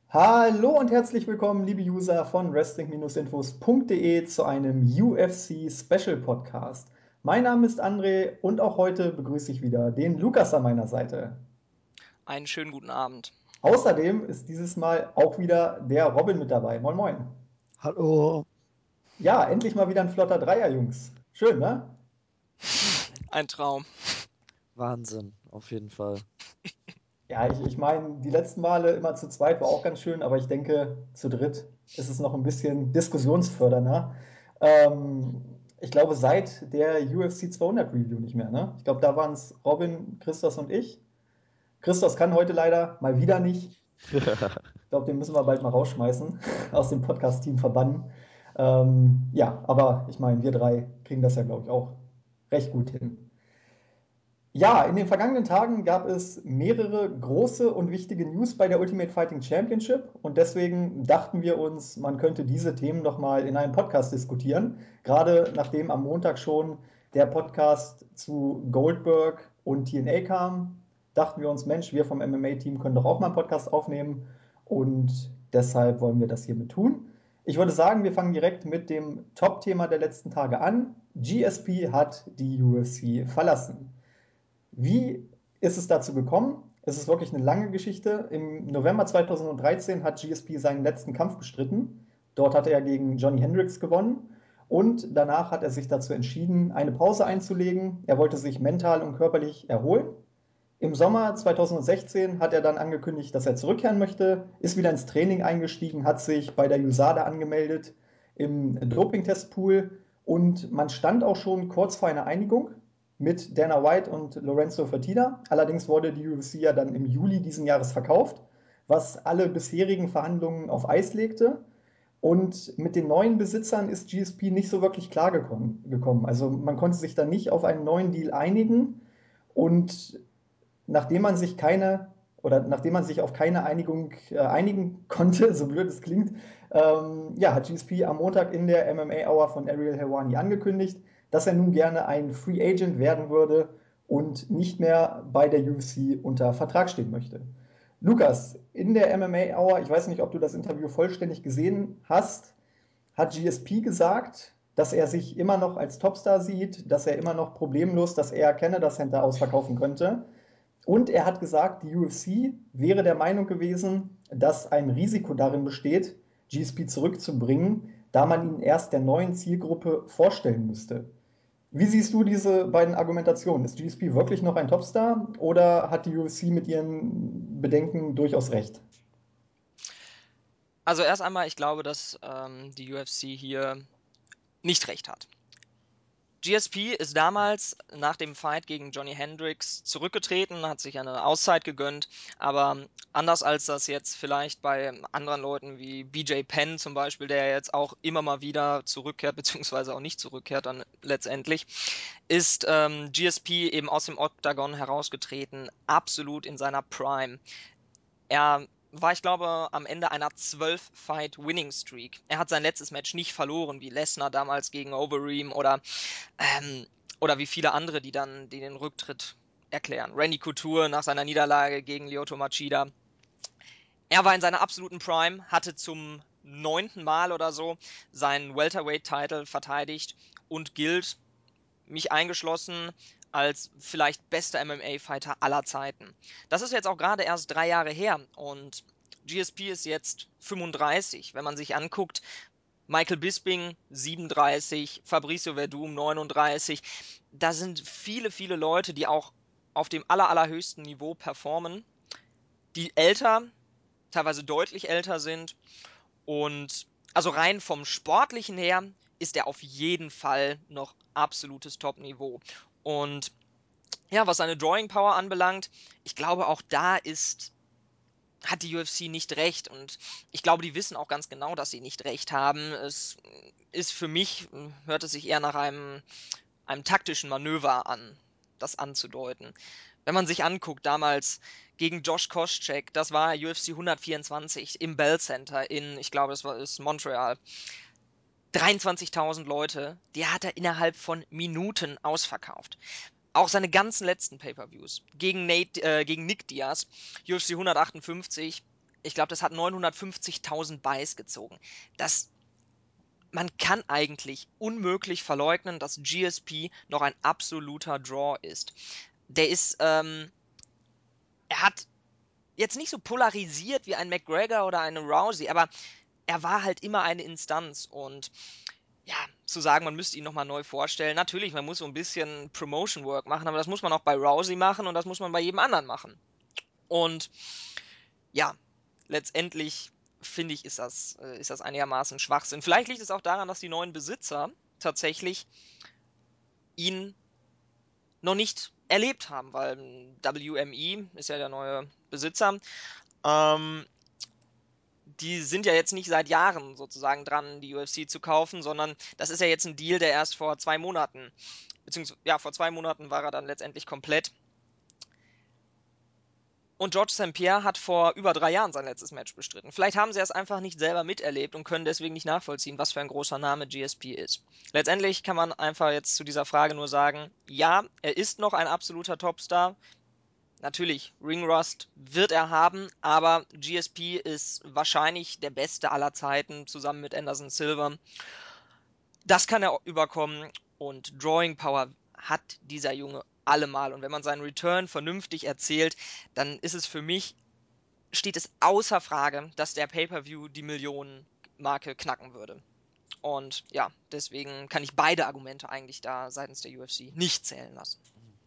Hallo und herzlich willkommen, liebe User von Wrestling-Infos.de zu einem UFC Special Podcast. Mein Name ist André und auch heute begrüße ich wieder den Lukas an meiner Seite. Einen schönen guten Abend. Außerdem ist dieses Mal auch wieder der Robin mit dabei. Moin Moin. Hallo, Ja, endlich mal wieder ein flotter Dreier, Jungs. Schön, ne? Ein Traum. Wahnsinn, auf jeden Fall. Ja, ich meine, die letzten Male immer zu zweit war auch ganz schön, aber ich denke, zu dritt ist es noch ein bisschen diskussionsfördernder. Ich glaube, seit der UFC 200 Review nicht mehr, ne? Ich glaube, da waren es Robin, Christos und ich. Christos kann heute leider mal wieder nicht. Ich glaube, den müssen wir bald mal rausschmeißen, aus dem Podcast-Team verbannen. Ja, aber ich meine, wir drei kriegen das ja, glaube ich, auch recht gut hin. Ja, in den vergangenen Tagen gab es mehrere große und wichtige News bei der Ultimate Fighting Championship und deswegen dachten wir uns, man könnte diese Themen noch mal in einem Podcast diskutieren. Gerade nachdem am Montag schon der Podcast zu Goldberg und TNA kam, dachten wir uns, Mensch, wir vom MMA-Team können doch auch mal einen Podcast aufnehmen und deshalb wollen wir das hiermit tun. Ich würde sagen, wir fangen direkt mit dem Top-Thema der letzten Tage an. GSP hat die UFC verlassen. Wie ist es dazu gekommen? Es ist wirklich eine lange Geschichte. Im November 2013 hat GSP seinen letzten Kampf bestritten. Dort hat er gegen Johnny Hendricks gewonnen. Und danach hat er sich dazu entschieden, eine Pause einzulegen. Er wollte sich mental und körperlich erholen. Im Sommer 2016 hat er dann angekündigt, dass er zurückkehren möchte, ist wieder ins Training eingestiegen, hat sich bei der USADA angemeldet im Doping-Testpool und man stand auch schon kurz vor einer Einigung mit Dana White und Lorenzo Fertitta. Allerdings wurde die UFC ja dann im Juli diesen Jahres verkauft, was alle bisherigen Verhandlungen auf Eis legte. Und mit den neuen Besitzern ist GSP nicht so wirklich klar gekommen. Also man konnte sich da nicht auf einen neuen Deal einigen. Und nachdem man sich keine oder nachdem man sich auf keine Einigung einigen konnte, so blöd es klingt, ja, hat GSP am Montag in der MMA Hour von Ariel Helwani angekündigt, dass er nun gerne ein Free Agent werden würde und nicht mehr bei der UFC unter Vertrag stehen möchte. Lukas, in der MMA Hour, ich weiß nicht, ob du das Interview vollständig gesehen hast, hat GSP gesagt, dass er sich immer noch als Topstar sieht, dass er immer noch problemlos das Air Canada Center ausverkaufen könnte. Und er hat gesagt, die UFC wäre der Meinung gewesen, dass ein Risiko darin besteht, GSP zurückzubringen, da man ihn erst der neuen Zielgruppe vorstellen müsste. Wie siehst du diese beiden Argumentationen? Ist GSP wirklich noch ein Topstar oder hat die UFC mit ihren Bedenken durchaus recht? Also erst einmal, ich glaube, dass die UFC hier nicht recht hat. GSP ist damals nach dem Fight gegen Johnny Hendricks zurückgetreten, hat sich eine Auszeit gegönnt, aber anders als das jetzt vielleicht bei anderen Leuten wie BJ Penn zum Beispiel, der jetzt auch immer mal wieder zurückkehrt, beziehungsweise auch nicht zurückkehrt dann letztendlich, ist GSP eben aus dem Octagon herausgetreten, absolut in seiner Prime. Er war, ich glaube, am Ende einer 12-Fight-Winning-Streak. Er hat sein letztes Match nicht verloren, wie Lesnar damals gegen Overeem ähm, oder wie viele andere, die den Rücktritt erklären. Randy Couture nach seiner Niederlage gegen Lyoto Machida. Er war in seiner absoluten Prime, hatte zum 9. Mal oder so seinen Welterweight-Title verteidigt und gilt, mich eingeschlossen, als vielleicht bester MMA-Fighter aller Zeiten. Das ist jetzt auch gerade erst 3 Jahre her und GSP ist jetzt 35. Wenn man sich anguckt, Michael Bisping 37, Fabricio Werdum 39. Da sind viele, viele Leute, die auch auf dem allerhöchsten Niveau performen, die älter, teilweise deutlich älter sind und also rein vom Sportlichen her ist er auf jeden Fall noch absolutes Top-Niveau. Und ja, was seine Drawing Power anbelangt, ich glaube, auch da hat die UFC nicht recht. Und ich glaube, die wissen auch ganz genau, dass sie nicht recht haben. Es ist für mich, hört es sich eher nach einem taktischen Manöver an, das anzudeuten. Wenn man sich anguckt, damals gegen Josh Koscheck, das war UFC 124 im Bell Center ich glaube, ist Montreal. 23.000 Leute, die hat er innerhalb von Minuten ausverkauft. Auch seine ganzen letzten Pay-per-Views gegen Nick Diaz, UFC 158, Ich glaube, das hat 950.000 Buys gezogen. Man kann eigentlich unmöglich verleugnen, dass GSP noch ein absoluter Draw ist. Er hat jetzt nicht so polarisiert wie ein McGregor oder eine Rousey, aber er war halt immer eine Instanz und ja, zu sagen, man müsste ihn nochmal neu vorstellen. Natürlich, man muss so ein bisschen Promotion Work machen, aber das muss man auch bei Rousey machen und das muss man bei jedem anderen machen. Und ja, letztendlich finde ich, ist das einigermaßen Schwachsinn. Vielleicht liegt es auch daran, dass die neuen Besitzer tatsächlich ihn noch nicht erlebt haben, weil WME ist ja der neue Besitzer. Ähm, Die sind ja jetzt nicht seit Jahren sozusagen dran, die UFC zu kaufen, sondern das ist ja jetzt ein Deal, der erst vor 2 Monaten, beziehungsweise ja, vor 2 Monaten war er dann letztendlich komplett. Und George St. Pierre hat vor über 3 Jahren sein letztes Match bestritten. Vielleicht haben sie es einfach nicht selber miterlebt und können deswegen nicht nachvollziehen, was für ein großer Name GSP ist. Letztendlich kann man einfach jetzt zu dieser Frage nur sagen, ja, er ist noch ein absoluter Topstar. Natürlich, Ringrust wird er haben, aber GSP ist wahrscheinlich der Beste aller Zeiten, zusammen mit Anderson Silva. Das kann er überkommen und Drawing Power hat dieser Junge allemal. Und wenn man seinen Return vernünftig erzählt, dann steht es außer Frage, dass der Pay-Per-View die Millionenmarke knacken würde. Und ja, deswegen kann ich beide Argumente eigentlich da seitens der UFC nicht zählen lassen.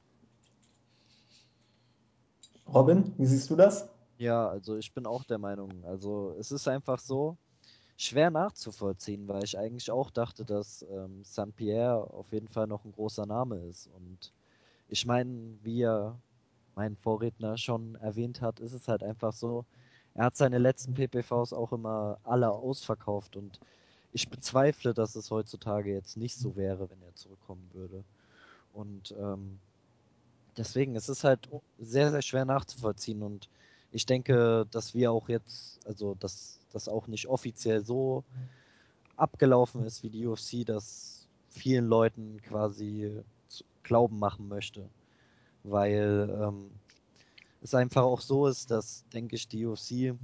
Robin, wie siehst du das? Ja, also ich bin auch der Meinung, also es ist einfach so schwer nachzuvollziehen, weil ich eigentlich auch dachte, dass St. Pierre auf jeden Fall noch ein großer Name ist. Und ich meine, wie ja mein Vorredner schon erwähnt hat, ist es halt einfach so, er hat seine letzten PPVs auch immer alle ausverkauft und ich bezweifle, dass es heutzutage jetzt nicht so wäre, wenn er zurückkommen würde. Und deswegen ist es halt sehr, sehr schwer nachzuvollziehen und ich denke, dass wir auch jetzt, also dass das auch nicht offiziell so abgelaufen ist wie die UFC, das vielen Leuten quasi glauben machen möchte. Weil es einfach auch so ist, dass, denke ich, die UFC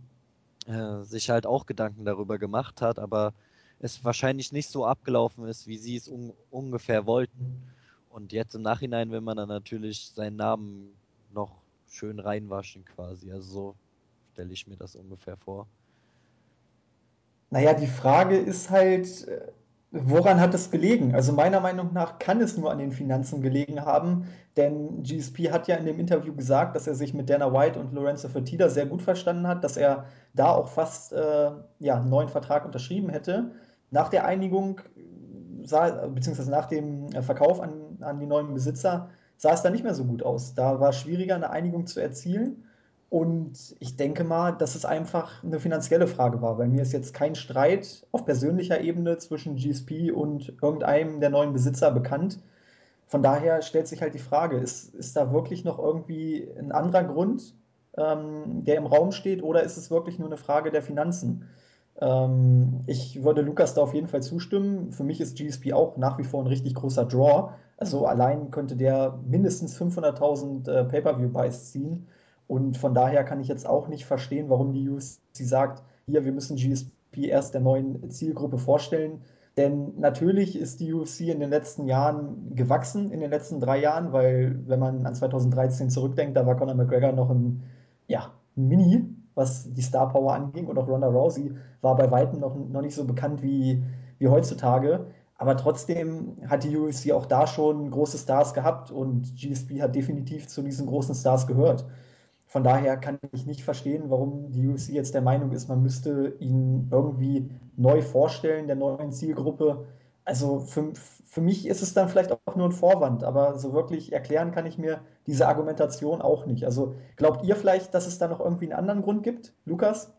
sich halt auch Gedanken darüber gemacht hat, aber es wahrscheinlich nicht so abgelaufen ist, wie sie es ungefähr wollten. Und jetzt im Nachhinein will man dann natürlich seinen Namen noch schön reinwaschen quasi. Also so stelle ich mir das ungefähr vor. Naja, die Frage ist halt, woran hat es gelegen? Also meiner Meinung nach kann es nur an den Finanzen gelegen haben, denn GSP hat ja in dem Interview gesagt, dass er sich mit Dana White und Lorenzo Fertitta sehr gut verstanden hat, dass er da auch fast ja, einen neuen Vertrag unterschrieben hätte. Nach der Einigung, beziehungsweise nach dem Verkauf an die neuen Besitzer, sah es da nicht mehr so gut aus. Da war es schwieriger, eine Einigung zu erzielen. Und ich denke mal, dass es einfach eine finanzielle Frage war. Bei mir ist jetzt kein Streit auf persönlicher Ebene zwischen GSP und irgendeinem der neuen Besitzer bekannt. Von daher stellt sich halt die Frage, ist da wirklich noch irgendwie ein anderer Grund, der im Raum steht, oder ist es wirklich nur eine Frage der Finanzen? Ich würde Lukas da auf jeden Fall zustimmen. Für mich ist GSP auch nach wie vor ein richtig großer Draw. Also allein könnte der mindestens 500.000 Pay-Per-View-Buys ziehen. Und von daher kann ich jetzt auch nicht verstehen, warum die UFC sagt, hier, wir müssen GSP erst der neuen Zielgruppe vorstellen. Denn natürlich ist die UFC in den letzten Jahren gewachsen, in den letzten 3 Jahren, weil wenn man an 2013 zurückdenkt, da war Conor McGregor noch ja, ein Mini, was die Star Power anging, und auch Ronda Rousey war bei weitem noch nicht so bekannt wie heutzutage. Aber trotzdem hat die UFC auch da schon große Stars gehabt und GSP hat definitiv zu diesen großen Stars gehört. Von daher kann ich nicht verstehen, warum die UFC jetzt der Meinung ist, man müsste ihn irgendwie neu vorstellen, der neuen Zielgruppe. Also für mich ist es dann vielleicht auch nur ein Vorwand, aber so wirklich erklären kann ich mir diese Argumentation auch nicht. Also glaubt ihr vielleicht, dass es da noch irgendwie einen anderen Grund gibt, Lukas?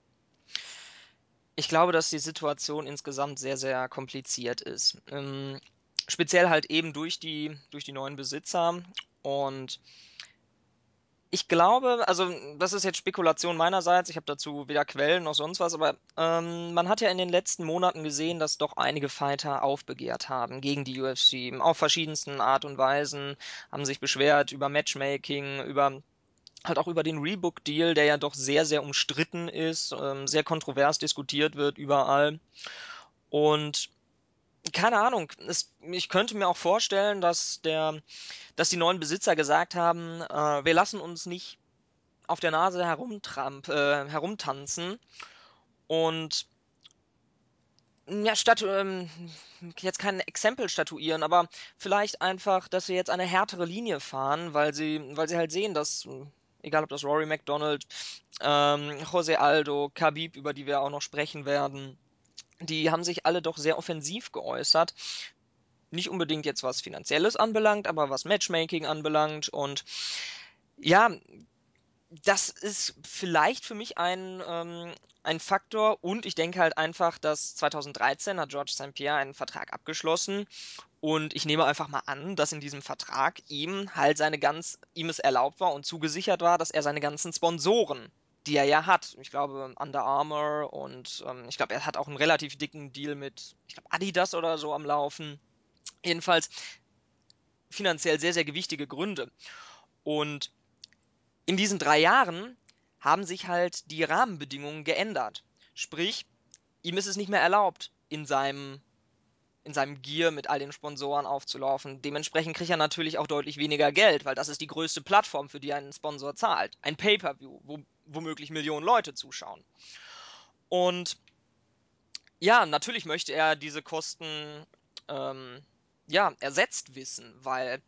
Ich glaube, dass die Situation insgesamt sehr, sehr kompliziert ist. Speziell halt eben durch die neuen Besitzer. Und ich glaube, also das ist jetzt Spekulation meinerseits, ich habe dazu weder Quellen noch sonst was, aber man hat ja in den letzten Monaten gesehen, dass doch einige Fighter aufbegehrt haben gegen die UFC. Auf verschiedensten Art und Weisen, haben sich beschwert über Matchmaking, über halt auch über den Rebook-Deal, der ja doch sehr, sehr umstritten ist, sehr kontrovers diskutiert wird überall. Und keine Ahnung, ich könnte mir auch vorstellen, dass die neuen Besitzer gesagt haben, wir lassen uns nicht auf der Nase herumtanzen und ja, jetzt kein Exempel statuieren, aber vielleicht einfach, dass sie jetzt eine härtere Linie fahren, weil sie halt sehen, dass, egal ob das Rory McDonald, Jose Aldo, Khabib, über die wir auch noch sprechen werden, die haben sich alle doch sehr offensiv geäußert. Nicht unbedingt jetzt was Finanzielles anbelangt, aber was Matchmaking anbelangt. Und ja, das ist vielleicht für mich ein Faktor. Und ich denke halt einfach, dass 2013 hat George St. Pierre einen Vertrag abgeschlossen. Und ich nehme einfach mal an, dass in diesem Vertrag ihm es erlaubt war und zugesichert war, dass er seine ganzen Sponsoren, die er ja hat, ich glaube Under Armour und ich glaube, er hat auch einen relativ dicken Deal mit, ich glaube, Adidas oder so am Laufen. Jedenfalls finanziell sehr, sehr gewichtige Gründe. Und in diesen 3 Jahren haben sich halt die Rahmenbedingungen geändert. Sprich, ihm ist es nicht mehr erlaubt, in seinem Gear mit all den Sponsoren aufzulaufen. Dementsprechend kriegt er natürlich auch deutlich weniger Geld, weil das ist die größte Plattform, für die ein Sponsor zahlt. Ein Pay-per-View, wo womöglich Millionen Leute zuschauen. Und ja, natürlich möchte er diese Kosten ähm, ja, ersetzt wissen, weil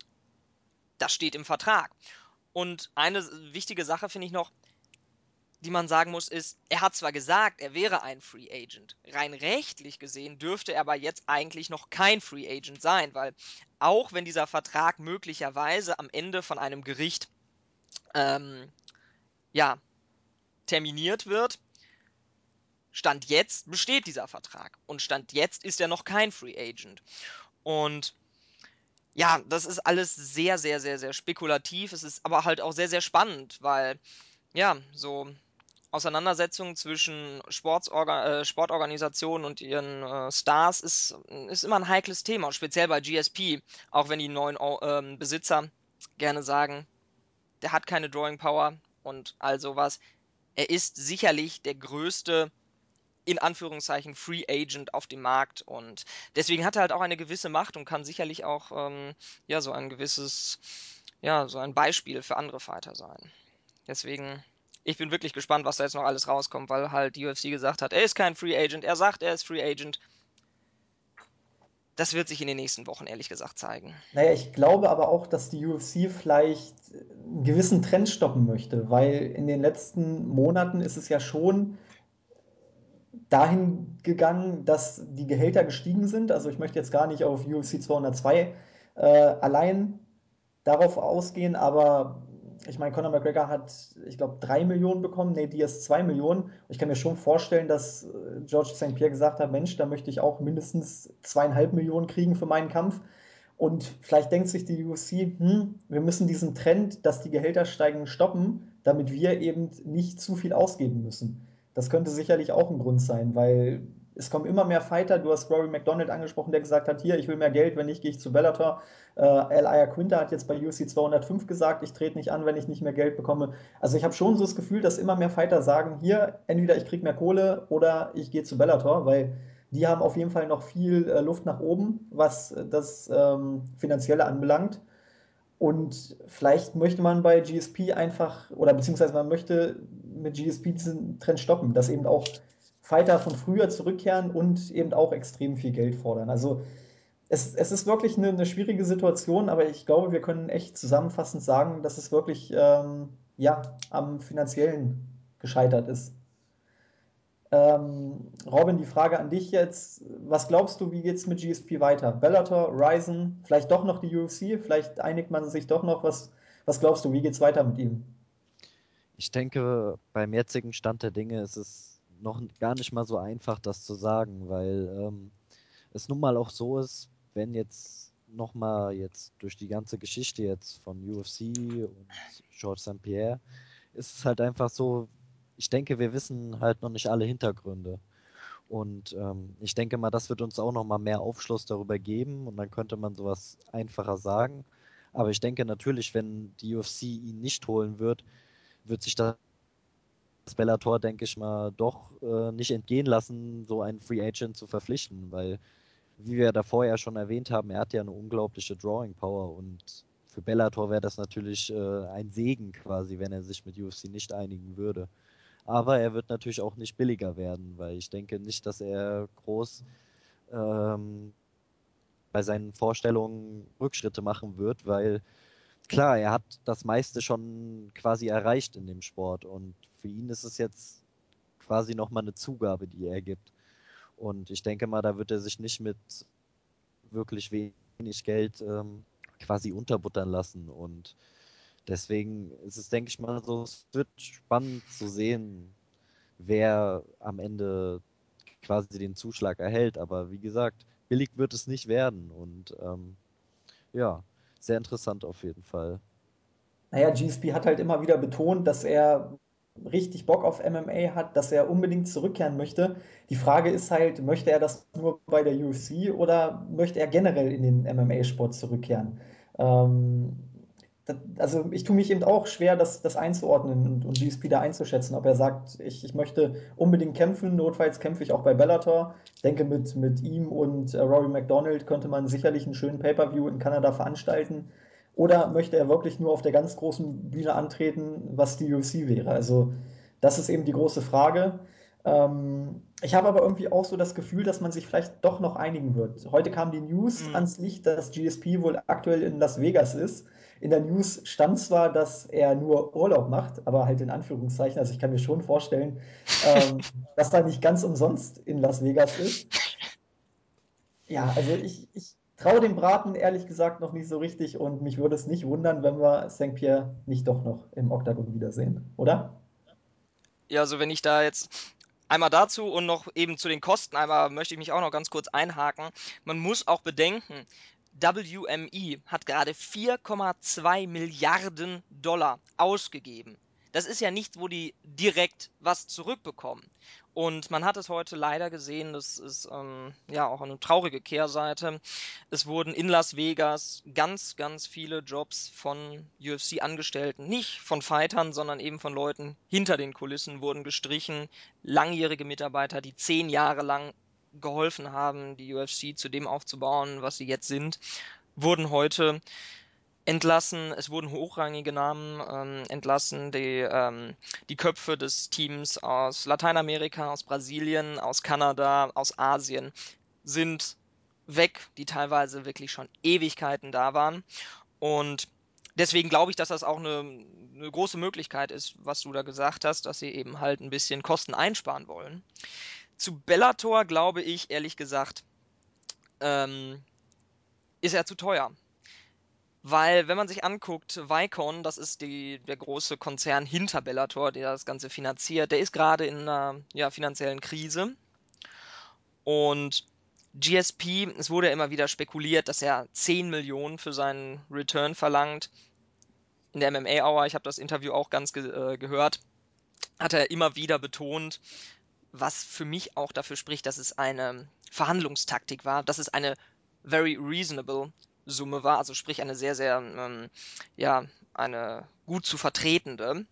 das steht im Vertrag. Und eine wichtige Sache finde ich noch, die man sagen muss, ist, er hat zwar gesagt, er wäre ein Free Agent. Rein rechtlich gesehen dürfte er aber jetzt eigentlich noch kein Free Agent sein, weil auch wenn dieser Vertrag möglicherweise am Ende von einem Gericht ähm, ja, terminiert wird, Stand jetzt besteht dieser Vertrag. Und Stand jetzt ist er noch kein Free Agent. Und ja, das ist alles sehr, sehr, sehr, sehr spekulativ. Es ist aber halt auch sehr, sehr spannend, weil ja, so Auseinandersetzungen zwischen Sportorganisationen und ihren Stars ist immer ein heikles Thema, speziell bei GSP, auch wenn die neuen Besitzer gerne sagen, der hat keine Drawing Power und all sowas. Er ist sicherlich der größte, in Anführungszeichen, Free Agent auf dem Markt und deswegen hat er halt auch eine gewisse Macht und kann sicherlich auch ja, so ein Beispiel für andere Fighter sein. Deswegen, ich bin wirklich gespannt, was da jetzt noch alles rauskommt, weil halt die UFC gesagt hat, er ist kein Free Agent, er sagt, er ist Free Agent. Das wird sich in den nächsten Wochen ehrlich gesagt zeigen. Naja, ich glaube aber auch, dass die UFC vielleicht einen gewissen Trend stoppen möchte, weil in den letzten Monaten ist es ja schon dahin gegangen, dass die Gehälter gestiegen sind. Also ich möchte jetzt gar nicht auf UFC 202 allein darauf ausgehen, aber ich meine, Conor McGregor hat, ich glaube, 3 Millionen bekommen, Nate Diaz 2 Millionen. Ich kann mir schon vorstellen, dass George St. Pierre gesagt hat, Mensch, da möchte ich auch mindestens 2,5 Millionen kriegen für meinen Kampf. Und vielleicht denkt sich die UFC, wir müssen diesen Trend, dass die Gehälter steigen, stoppen, damit wir eben nicht zu viel ausgeben müssen. Das könnte sicherlich auch ein Grund sein, weil es kommen immer mehr Fighter. Du hast Rory McDonald angesprochen, der gesagt hat, hier, ich will mehr Geld, wenn nicht, gehe ich zu Bellator. Elia Quinter hat jetzt bei UFC 205 gesagt, ich trete nicht an, wenn ich nicht mehr Geld bekomme. Also ich habe schon so das Gefühl, dass immer mehr Fighter sagen, hier, entweder ich kriege mehr Kohle oder ich gehe zu Bellator, weil die haben auf jeden Fall noch viel Luft nach oben, was das Finanzielle anbelangt. Und vielleicht möchte man bei GSP einfach, oder beziehungsweise man möchte mit GSP diesen Trend stoppen, dass eben auch Fighter von früher zurückkehren und eben auch extrem viel Geld fordern. Also es ist wirklich eine schwierige Situation, aber ich glaube, wir können echt zusammenfassend sagen, dass es wirklich ja, am finanziellen gescheitert ist. Robin, die Frage an dich jetzt. Was glaubst du, wie geht es mit GSP weiter? Bellator, Ryzen, vielleicht doch noch die UFC? Vielleicht einigt man sich doch noch. Was glaubst du, wie geht es weiter mit ihm? Ich denke, beim jetzigen Stand der Dinge ist es noch gar nicht mal so einfach, das zu sagen, weil es nun mal auch so ist, wenn jetzt nochmal jetzt durch die ganze Geschichte jetzt von UFC und George St. Pierre, ist es halt einfach so, ich denke, wir wissen halt noch nicht alle Hintergründe. Und ich denke mal, das wird uns auch nochmal mehr Aufschluss darüber geben und dann könnte man sowas einfacher sagen. Aber ich denke natürlich, wenn die UFC ihn nicht holen wird, wird sich das Bellator, denke ich mal, doch nicht entgehen lassen, so einen Free Agent zu verpflichten, weil, wie wir davor ja schon erwähnt haben, er hat ja eine unglaubliche Drawing Power und für Bellator wäre das natürlich ein Segen quasi, wenn er sich mit UFC nicht einigen würde. Aber er wird natürlich auch nicht billiger werden, weil ich denke nicht, dass er groß ähm, bei seinen Vorstellungen Rückschritte machen wird, weil klar, er hat das meiste schon quasi erreicht in dem Sport und für ihn ist es jetzt quasi nochmal eine Zugabe, die er gibt. Und ich denke mal, da wird er sich nicht mit wirklich wenig Geld quasi unterbuttern lassen. Und deswegen ist es, denke ich mal, so, es wird spannend zu sehen, wer am Ende quasi den Zuschlag erhält. Aber wie gesagt, billig wird es nicht werden. Und ja, sehr interessant auf jeden Fall. Naja, GSP hat halt immer wieder betont, dass er richtig Bock auf MMA hat, dass er unbedingt zurückkehren möchte. Die Frage ist halt, möchte er das nur bei der UFC oder möchte er generell in den MMA-Sport zurückkehren? Ähm, also ich tue mich eben auch schwer, das einzuordnen und GSP da einzuschätzen, ob er sagt, ich möchte unbedingt kämpfen, notfalls kämpfe ich auch bei Bellator. Ich denke, mit ihm und Rory McDonald könnte man sicherlich einen schönen Pay-Per-View in Kanada veranstalten. Oder möchte er wirklich nur auf der ganz großen Bühne antreten, was die UFC wäre? Also, das ist eben die große Frage. Ich habe aber irgendwie auch so das Gefühl, dass man sich vielleicht doch noch einigen wird. Heute kam die News Mhm. ans Licht, dass GSP wohl aktuell in Las Vegas ist. In der News stand zwar, dass er nur Urlaub macht, aber halt in Anführungszeichen. Also ich kann mir schon vorstellen, dass da nicht ganz umsonst in Las Vegas ist. Ja, also ich traue dem Braten ehrlich gesagt noch nicht so richtig und mich würde es nicht wundern, wenn wir St. Pierre nicht doch noch im Oktagon wiedersehen, oder? Ja, also wenn ich da jetzt einmal dazu und noch eben zu den Kosten einmal möchte ich mich auch noch ganz kurz einhaken. Man muss auch bedenken, WME hat gerade 4,2 Milliarden Dollar ausgegeben. Das ist ja nichts, wo die direkt was zurückbekommen. Und man hat es heute leider gesehen, das ist ja auch eine traurige Kehrseite. Es wurden in Las Vegas ganz, ganz viele Jobs von UFC-Angestellten, nicht von Fightern, sondern eben von Leuten hinter den Kulissen wurden gestrichen. Langjährige Mitarbeiter, die 10 Jahre lang geholfen haben, die UFC zu dem aufzubauen, was sie jetzt sind, wurden heute entlassen. Es wurden hochrangige Namen entlassen. Die Köpfe des Teams aus Lateinamerika, aus Brasilien, aus Kanada, aus Asien sind weg, die teilweise wirklich schon Ewigkeiten da waren. Und deswegen glaube ich, dass das auch eine große Möglichkeit ist, was du da gesagt hast, dass sie eben halt ein bisschen Kosten einsparen wollen. Zu Bellator glaube ich, ehrlich gesagt, ähm, ist er zu teuer. Weil, wenn man sich anguckt, Vicon, das ist der große Konzern hinter Bellator, der das Ganze finanziert, der ist gerade in einer ja, finanziellen Krise. Und GSP, es wurde ja immer wieder spekuliert, dass er 10 Millionen für seinen Return verlangt. In der MMA Hour, ich habe das Interview auch ganz gehört, hat er immer wieder betont, was für mich auch dafür spricht, dass es eine Verhandlungstaktik war, dass es eine very reasonable Summe war, also sprich eine sehr, sehr, ja, eine gut zu vertretende.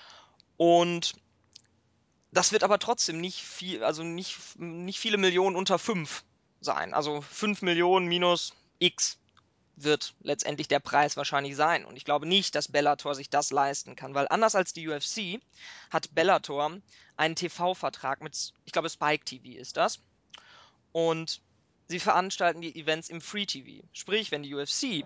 Und das wird aber trotzdem nicht viel, also nicht viele Millionen unter 5 sein. Also 5 Millionen minus X wird letztendlich der Preis wahrscheinlich sein. Und ich glaube nicht, dass Bellator sich das leisten kann, weil anders als die UFC hat Bellator einen TV-Vertrag mit, ich glaube, Spike TV ist das. Und sie veranstalten die Events im Free TV. Sprich, wenn die UFC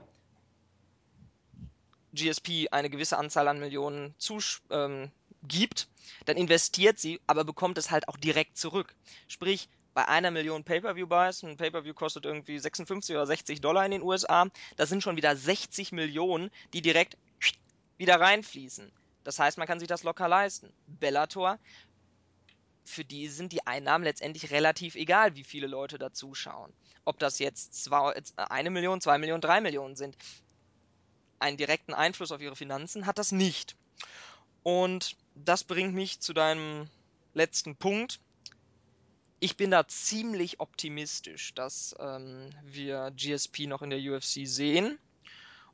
GSP eine gewisse Anzahl an Millionen gibt, dann investiert sie, aber bekommt es halt auch direkt zurück. Sprich, bei 1 Million Pay-Per-View-Buys, ein Pay-Per-View kostet irgendwie 56 oder $60 in den USA, das sind schon wieder 60 Millionen, die direkt wieder reinfließen. Das heißt, man kann sich das locker leisten. Bellator, für die sind die Einnahmen letztendlich relativ egal, wie viele Leute da zuschauen. Ob das jetzt 1 Million, 2 Millionen, 3 Millionen sind. Einen direkten Einfluss auf ihre Finanzen hat das nicht. Und das bringt mich zu deinem letzten Punkt. Ich bin da ziemlich optimistisch, dass wir GSP noch in der UFC sehen.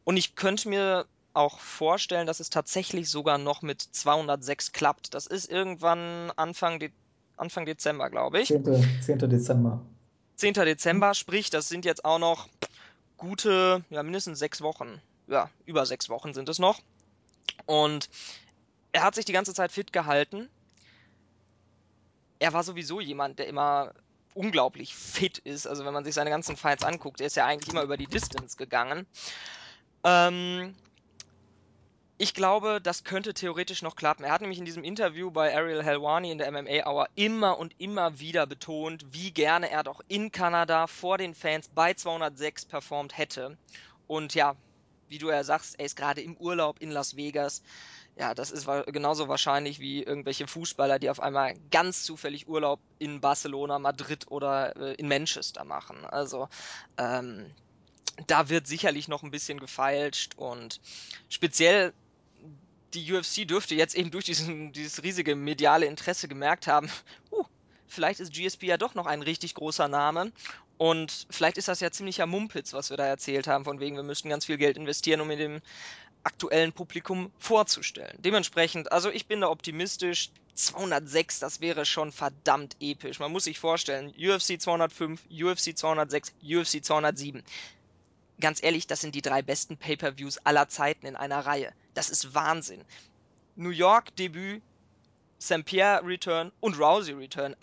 Und ich könnte mir auch vorstellen, dass es tatsächlich sogar noch mit 206 klappt. Das ist irgendwann Anfang Dezember, glaube ich. 10. Dezember. 10. Dezember, sprich, das sind jetzt auch noch gute, ja, mindestens 6 Wochen. Ja, über 6 Wochen sind es noch. Und er hat sich die ganze Zeit fit gehalten. Er war sowieso jemand, der immer unglaublich fit ist. Also wenn man sich seine ganzen Fights anguckt, er ist ja eigentlich immer über die Distance gegangen. Ähm, Ich glaube, das könnte theoretisch noch klappen. Er hat nämlich in diesem Interview bei Ariel Helwani in der MMA Hour immer und immer wieder betont, wie gerne er doch in Kanada vor den Fans bei 206 performt hätte. Und ja, wie du ja sagst, er ist gerade im Urlaub in Las Vegas. Ja, das ist genauso wahrscheinlich wie irgendwelche Fußballer, die auf einmal ganz zufällig Urlaub in Barcelona, Madrid oder in Manchester machen. Also ähm, da wird sicherlich noch ein bisschen gefeilscht und speziell die UFC dürfte jetzt eben durch dieses riesige mediale Interesse gemerkt haben, vielleicht ist GSP ja doch noch ein richtig großer Name und vielleicht ist das ja ziemlicher Mumpitz, was wir da erzählt haben, von wegen, wir müssten ganz viel Geld investieren, um ihn dem aktuellen Publikum vorzustellen. Dementsprechend, also ich bin da optimistisch. 206, das wäre schon verdammt episch. Man muss sich vorstellen, UFC 205, UFC 206, UFC 207. Ganz ehrlich, das sind die 3 besten Pay-per-Views aller Zeiten in einer Reihe. Das ist Wahnsinn. New York Debüt, St. Pierre Return und Rousey Return.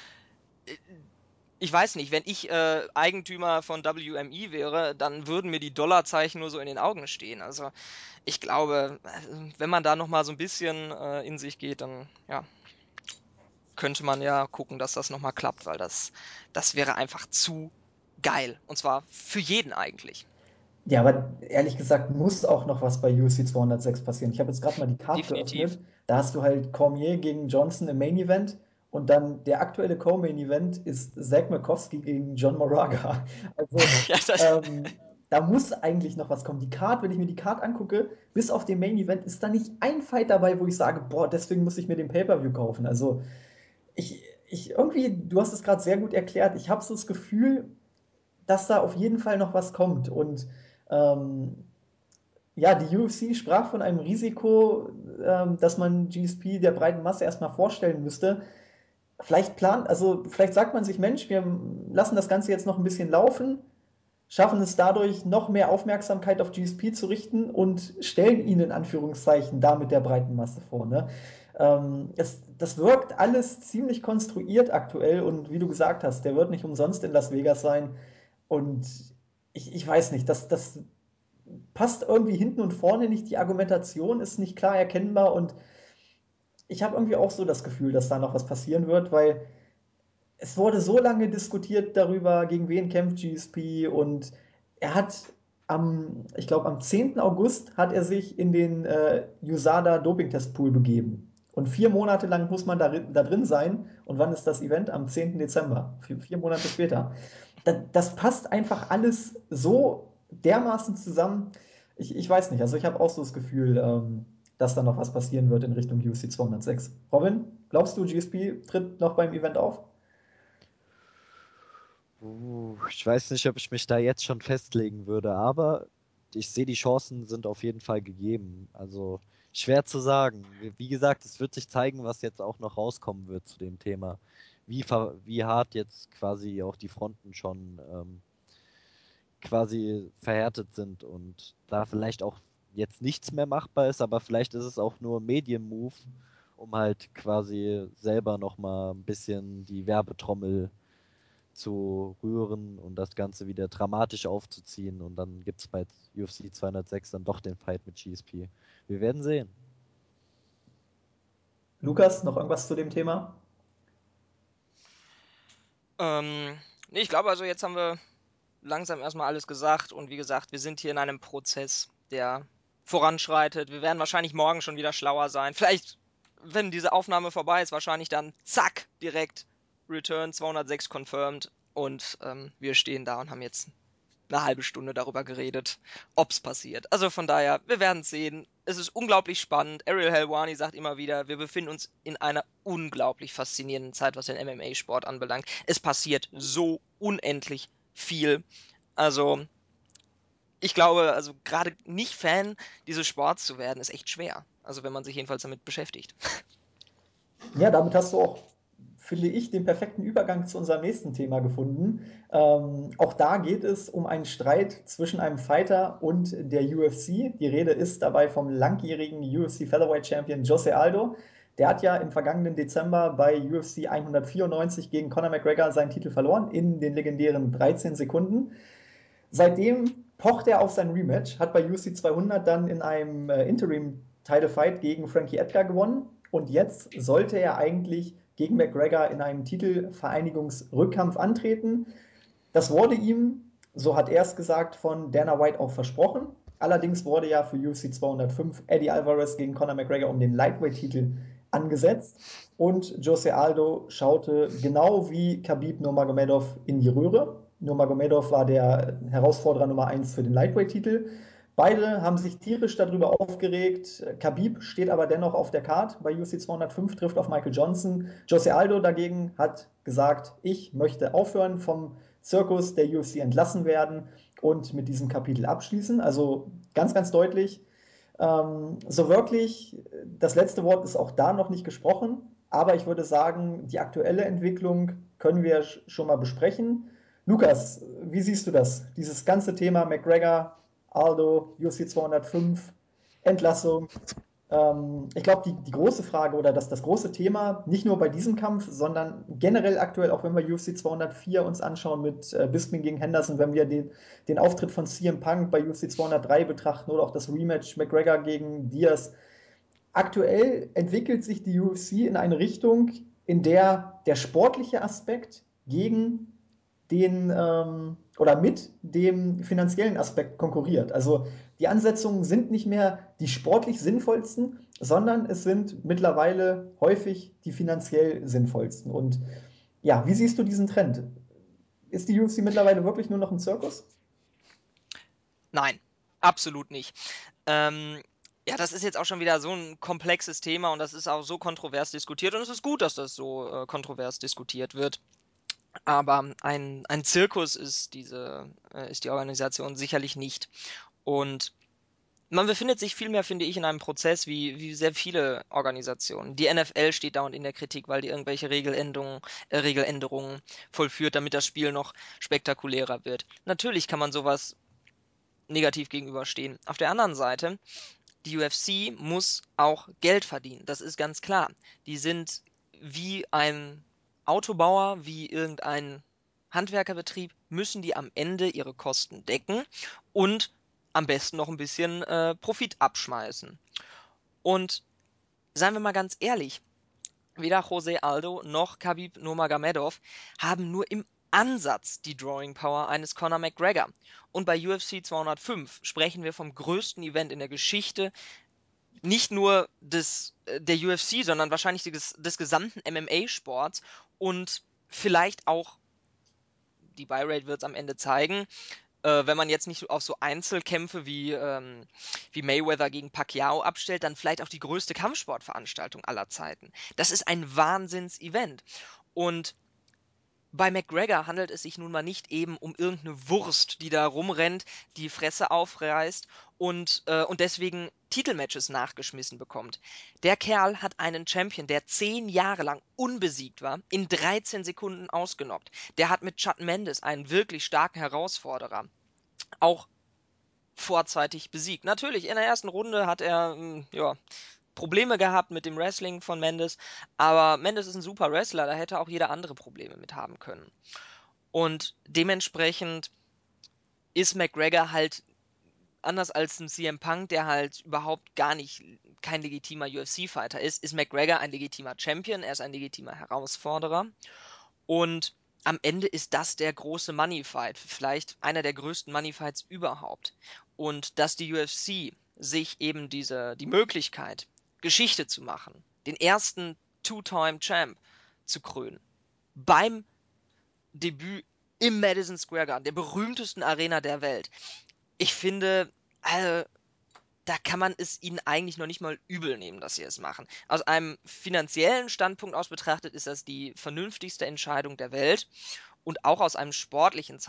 Ich weiß nicht, wenn ich Eigentümer von WME wäre, dann würden mir die Dollarzeichen nur so in den Augen stehen. Also ich glaube, wenn man da nochmal so ein bisschen in sich geht, dann ja, könnte man ja gucken, dass das nochmal klappt, weil das wäre einfach zu geil. Und zwar für jeden eigentlich. Ja, aber ehrlich gesagt muss auch noch was bei UFC 206 passieren. Ich habe jetzt gerade mal die Card Definitiv. geöffnet. Da hast du halt Cormier gegen Johnson im Main Event und dann der aktuelle Co-Main Event ist Zach Makowski gegen John Moraga. Also Ja, ähm, da muss eigentlich noch was kommen. Die Card, wenn ich mir die Card angucke, bis auf den Main Event ist da nicht ein Fight dabei, wo ich sage, boah, deswegen muss ich mir den Pay-Per-View kaufen. Also ich irgendwie, du hast es gerade sehr gut erklärt. Ich habe so das Gefühl, dass da auf jeden Fall noch was kommt und ähm, ja, die UFC sprach von einem Risiko, dass man GSP der breiten Masse erstmal vorstellen müsste. Vielleicht sagt man sich, Mensch, wir lassen das Ganze jetzt noch ein bisschen laufen, schaffen es dadurch, noch mehr Aufmerksamkeit auf GSP zu richten und stellen ihn in Anführungszeichen damit der breiten Masse vor. Ne? Das wirkt alles ziemlich konstruiert aktuell und wie du gesagt hast, der wird nicht umsonst in Las Vegas sein. Und ich weiß nicht, das passt irgendwie hinten und vorne nicht, die Argumentation ist nicht klar erkennbar und ich habe irgendwie auch so das Gefühl, dass da noch was passieren wird, weil es wurde so lange diskutiert darüber, gegen wen kämpft GSP und er hat ich glaube am 10. August hat er sich in den USADA Dopingtestpool begeben. Und 4 Monate lang muss man da drin sein. Und wann ist das Event? Am 10. Dezember, 4 Monate später. Das passt einfach alles so dermaßen zusammen. Ich weiß nicht, also ich habe auch so das Gefühl, dass da noch was passieren wird in Richtung UFC 206. Robin, glaubst du, GSP tritt noch beim Event auf? Ich weiß nicht, ob ich mich da jetzt schon festlegen würde, aber ich sehe, die Chancen sind auf jeden Fall gegeben. Also schwer zu sagen. Wie gesagt, es wird sich zeigen, was jetzt auch noch rauskommen wird zu dem Thema. Wie hart jetzt quasi auch die Fronten schon quasi verhärtet sind und da vielleicht auch jetzt nichts mehr machbar ist, aber vielleicht ist es auch nur Medienmove, um halt quasi selber nochmal ein bisschen die Werbetrommel zu rühren und das Ganze wieder dramatisch aufzuziehen. Und dann gibt es bei UFC 206 dann doch den Fight mit GSP. Wir werden sehen. Lukas, noch irgendwas zu dem Thema? Nee, ich glaube also, jetzt haben wir langsam erstmal alles gesagt und wie gesagt, wir sind hier in einem Prozess, der voranschreitet. Wir werden wahrscheinlich morgen schon wieder schlauer sein. Vielleicht, wenn diese Aufnahme vorbei ist, wahrscheinlich dann zack, direkt Return 206 confirmed und wir stehen da und haben jetzt eine halbe Stunde darüber geredet, ob's passiert. Also von daher, wir werden es sehen. Es ist unglaublich spannend. Ariel Helwani sagt immer wieder, wir befinden uns in einer unglaublich faszinierenden Zeit, was den MMA-Sport anbelangt. Es passiert so unendlich viel. Also ich glaube, also gerade nicht Fan dieses Sports zu werden, ist echt schwer. Also wenn man sich jedenfalls damit beschäftigt. Ja, damit hast du auch, finde ich, den perfekten Übergang zu unserem nächsten Thema gefunden. Auch da geht es um einen Streit zwischen einem Fighter und der UFC. Die Rede ist dabei vom langjährigen UFC Featherweight Champion Jose Aldo. Der hat ja im vergangenen Dezember bei UFC 194 gegen Conor McGregor seinen Titel verloren in den legendären 13 Sekunden. Seitdem pocht er auf sein Rematch, hat bei UFC 200 dann in einem Interim-Title-Fight gegen Frankie Edgar gewonnen und jetzt sollte er eigentlich gegen McGregor in einem Titelvereinigungsrückkampf antreten. Das wurde ihm, so hat er es gesagt, von Dana White auch versprochen. Allerdings wurde ja für UFC 205 Eddie Alvarez gegen Conor McGregor um den Lightweight-Titel angesetzt und Jose Aldo schaute genau wie Khabib Nurmagomedov in die Röhre. Nurmagomedov war der Herausforderer Nummer 1 für den Lightweight-Titel. Beide haben sich tierisch darüber aufgeregt. Khabib steht aber dennoch auf der Card bei UFC 205, trifft auf Michael Johnson. Jose Aldo dagegen hat gesagt, ich möchte aufhören, vom Zirkus der UFC entlassen werden und mit diesem Kapitel abschließen. Also ganz, ganz deutlich. So wirklich, das letzte Wort ist auch da noch nicht gesprochen, aber ich würde sagen, die aktuelle Entwicklung können wir schon mal besprechen. Lukas, wie siehst du das? Dieses ganze Thema McGregor, Aldo, UFC 205, Entlassung. Ich glaube, die große Frage oder das große Thema, nicht nur bei diesem Kampf, sondern generell aktuell, auch wenn wir UFC 204 uns anschauen mit Bisping gegen Henderson, wenn wir den Auftritt von CM Punk bei UFC 203 betrachten oder auch das Rematch McGregor gegen Diaz. Aktuell entwickelt sich die UFC in eine Richtung, in der der sportliche Aspekt gegen den oder mit dem finanziellen Aspekt konkurriert. Also die Ansetzungen sind nicht mehr die sportlich sinnvollsten, sondern es sind mittlerweile häufig die finanziell sinnvollsten. Und ja, wie siehst du diesen Trend? Ist die UFC mittlerweile wirklich nur noch ein Zirkus? Nein, absolut nicht. Ähm, ja, das ist jetzt auch schon wieder so ein komplexes Thema und das ist auch so kontrovers diskutiert und es ist gut, dass das so kontrovers diskutiert wird. Aber ein Zirkus ist die Organisation sicherlich nicht. Und man befindet sich vielmehr, finde ich, in einem Prozess wie sehr viele Organisationen. Die NFL steht dauernd in der Kritik, weil die irgendwelche Regeländerungen vollführt, damit das Spiel noch spektakulärer wird. Natürlich kann man sowas negativ gegenüberstehen. Auf der anderen Seite, die UFC muss auch Geld verdienen. Das ist ganz klar. Die sind wie ein Autobauer, wie irgendein Handwerkerbetrieb, müssen die am Ende ihre Kosten decken und am besten noch ein bisschen Profit abschmeißen. Und seien wir mal ganz ehrlich, weder Jose Aldo noch Khabib Nurmagomedov haben nur im Ansatz die Drawing Power eines Conor McGregor. Und bei UFC 205 sprechen wir vom größten Event in der Geschichte, nicht nur der UFC, sondern wahrscheinlich des gesamten MMA-Sports und vielleicht auch, die Buy-Rate wird es am Ende zeigen, wenn man jetzt nicht auf so Einzelkämpfe wie Mayweather gegen Pacquiao abstellt, dann vielleicht auch die größte Kampfsportveranstaltung aller Zeiten. Das ist ein Wahnsinns-Event. Und bei McGregor handelt es sich nun mal nicht eben um irgendeine Wurst, die da rumrennt, die Fresse aufreißt und deswegen Titelmatches nachgeschmissen bekommt. Der Kerl hat einen Champion, der 10 Jahre lang unbesiegt war, in 13 Sekunden ausgenockt. Der hat mit Chad Mendes einen wirklich starken Herausforderer auch vorzeitig besiegt. Natürlich, in der ersten Runde hat er ja, Probleme gehabt mit dem Wrestling von Mendes, aber Mendes ist ein super Wrestler, da hätte auch jeder andere Probleme mit haben können. Und dementsprechend ist McGregor halt anders als ein CM Punk, der halt überhaupt gar nicht kein legitimer UFC-Fighter ist McGregor ein legitimer Champion, er ist ein legitimer Herausforderer. Und am Ende ist das der große Money-Fight, vielleicht einer der größten Money-Fights überhaupt. Und dass die UFC sich eben die Möglichkeit, Geschichte zu machen, den ersten Two-Time-Champ zu krönen, beim Debüt im Madison Square Garden, der berühmtesten Arena der Welt. Ich finde, da kann man es ihnen eigentlich noch nicht mal übel nehmen, dass sie es machen. Aus einem finanziellen Standpunkt aus betrachtet ist das die vernünftigste Entscheidung der Welt. und auch aus einer sportlichen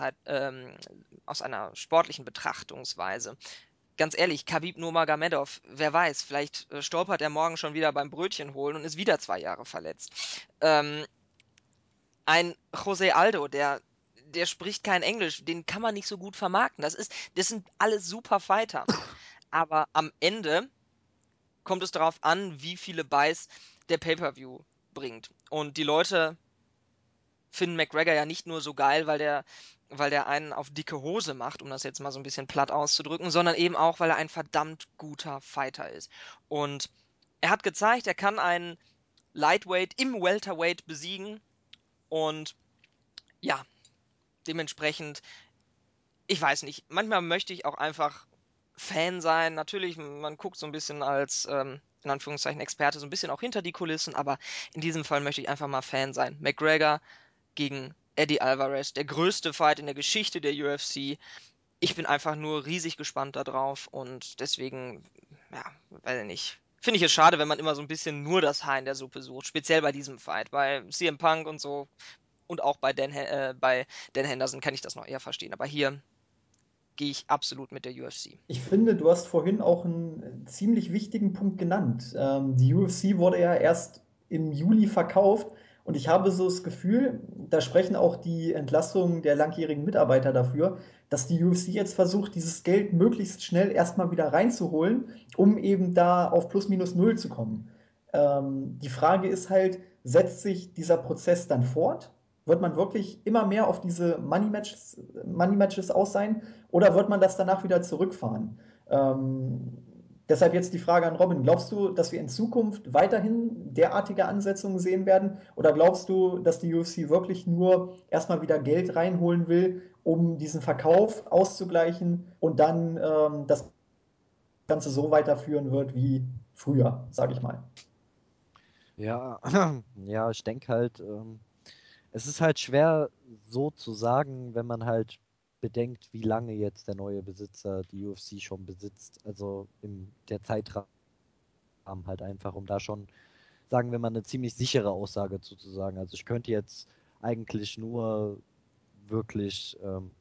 Betrachtungsweise. Ganz ehrlich, Khabib Nurmagomedov, wer weiß, vielleicht stolpert er morgen schon wieder beim Brötchen holen und ist wieder 2 Jahre verletzt. Ein José Aldo, der spricht kein Englisch, den kann man nicht so gut vermarkten. Das sind alles super Fighter. Aber am Ende kommt es darauf an, wie viele Buys der Pay-Per-View bringt. Und die Leute finden McGregor ja nicht nur so geil, weil der einen auf dicke Hose macht, um das jetzt mal so ein bisschen platt auszudrücken, sondern eben auch, weil er ein verdammt guter Fighter ist. Und er hat gezeigt, er kann einen Lightweight im Welterweight besiegen. Und ja, dementsprechend, ich weiß nicht, manchmal möchte ich auch einfach Fan sein. Natürlich, man guckt so ein bisschen als, in Anführungszeichen, Experte so ein bisschen auch hinter die Kulissen, aber in diesem Fall möchte ich einfach mal Fan sein. McGregor gegen Eddie Alvarez, der größte Fight in der Geschichte der UFC. Ich bin einfach nur riesig gespannt darauf und deswegen, ja, weiß ich nicht. Finde ich es schade, wenn man immer so ein bisschen nur das Haar in der Suppe sucht, speziell bei diesem Fight. Bei CM Punk und so und auch bei Dan Henderson kann ich das noch eher verstehen. Aber hier gehe ich absolut mit der UFC. Ich finde, du hast vorhin auch einen ziemlich wichtigen Punkt genannt. Die UFC wurde ja erst im Juli verkauft und ich habe so das Gefühl, da sprechen auch die Entlassungen der langjährigen Mitarbeiter dafür, dass die UFC jetzt versucht, dieses Geld möglichst schnell erstmal wieder reinzuholen, um eben da auf plus minus null zu kommen. Die Frage ist halt, setzt sich dieser Prozess dann fort? Wird man wirklich immer mehr auf diese Money Matches aus sein? Oder wird man das danach wieder zurückfahren? Deshalb jetzt die Frage an Robin. Glaubst du, dass wir in Zukunft weiterhin derartige Ansetzungen sehen werden? Oder glaubst du, dass die UFC wirklich nur erstmal wieder Geld reinholen will, um diesen Verkauf auszugleichen und dann das Ganze so weiterführen wird wie früher, sage ich mal? Ja, ja, ich denke halt, es ist halt schwer so zu sagen, wenn man halt bedenkt, wie lange jetzt der neue Besitzer die UFC schon besitzt. Also der Zeitrahmen halt einfach, um da schon, sagen wir mal, eine ziemlich sichere Aussage zu sagen. Also ich könnte jetzt eigentlich nur wirklich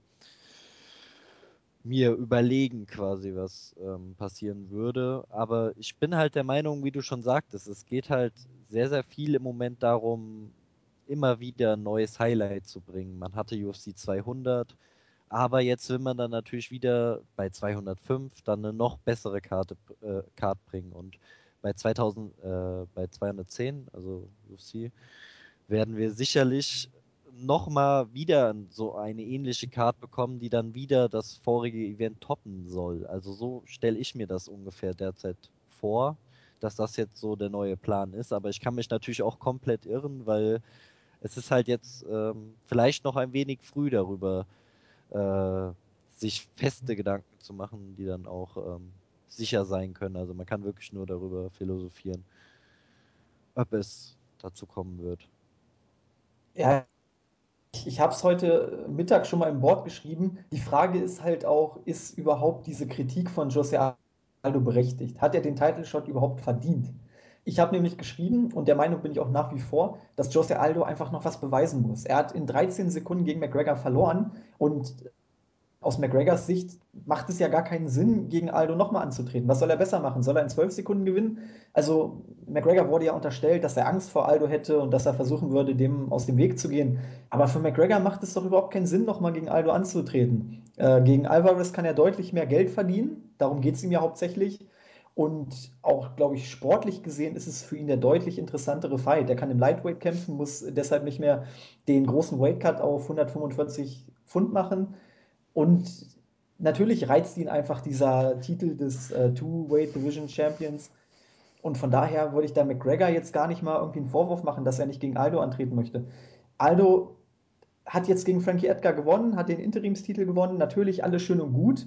mir überlegen quasi, was passieren würde. Aber ich bin halt der Meinung, wie du schon sagtest, es geht halt sehr, sehr viel im Moment darum, immer wieder ein neues Highlight zu bringen. Man hatte UFC 200, aber jetzt will man dann natürlich wieder bei 205 dann eine noch bessere Card bringen. Und bei 210, also UFC, werden wir sicherlich nochmal wieder so eine ähnliche Card bekommen, die dann wieder das vorige Event toppen soll. Also so stelle ich mir das ungefähr derzeit vor, dass das jetzt so der neue Plan ist. Aber ich kann mich natürlich auch komplett irren, weil es ist halt jetzt vielleicht noch ein wenig früh darüber, äh, sich feste Gedanken zu machen, die dann auch sicher sein können. Also man kann wirklich nur darüber philosophieren, ob es dazu kommen wird. Ja, ich habe es heute Mittag schon mal im Board geschrieben. Die Frage ist halt auch, ist überhaupt diese Kritik von Jose Aldo berechtigt? Hat er den Title Shot überhaupt verdient? Ich habe nämlich geschrieben, und der Meinung bin ich auch nach wie vor, dass Jose Aldo einfach noch was beweisen muss. Er hat in 13 Sekunden gegen McGregor verloren und aus McGregors Sicht macht es ja gar keinen Sinn, gegen Aldo nochmal anzutreten. Was soll er besser machen? Soll er in 12 Sekunden gewinnen? Also McGregor wurde ja unterstellt, dass er Angst vor Aldo hätte und dass er versuchen würde, dem aus dem Weg zu gehen. Aber für McGregor macht es doch überhaupt keinen Sinn, nochmal gegen Aldo anzutreten. Gegen Alvarez kann er deutlich mehr Geld verdienen. Darum geht es ihm ja hauptsächlich. Und auch, glaube ich, sportlich gesehen ist es für ihn der deutlich interessantere Fight. Er kann im Lightweight kämpfen, muss deshalb nicht mehr den großen Weightcut auf 145 Pfund machen. Und natürlich reizt ihn einfach dieser Titel des Two-Weight Division Champions. Und von daher würde ich da McGregor jetzt gar nicht mal irgendwie einen Vorwurf machen, dass er nicht gegen Aldo antreten möchte. Aldo hat jetzt gegen Frankie Edgar gewonnen, hat den Interimstitel gewonnen, natürlich alles schön und gut.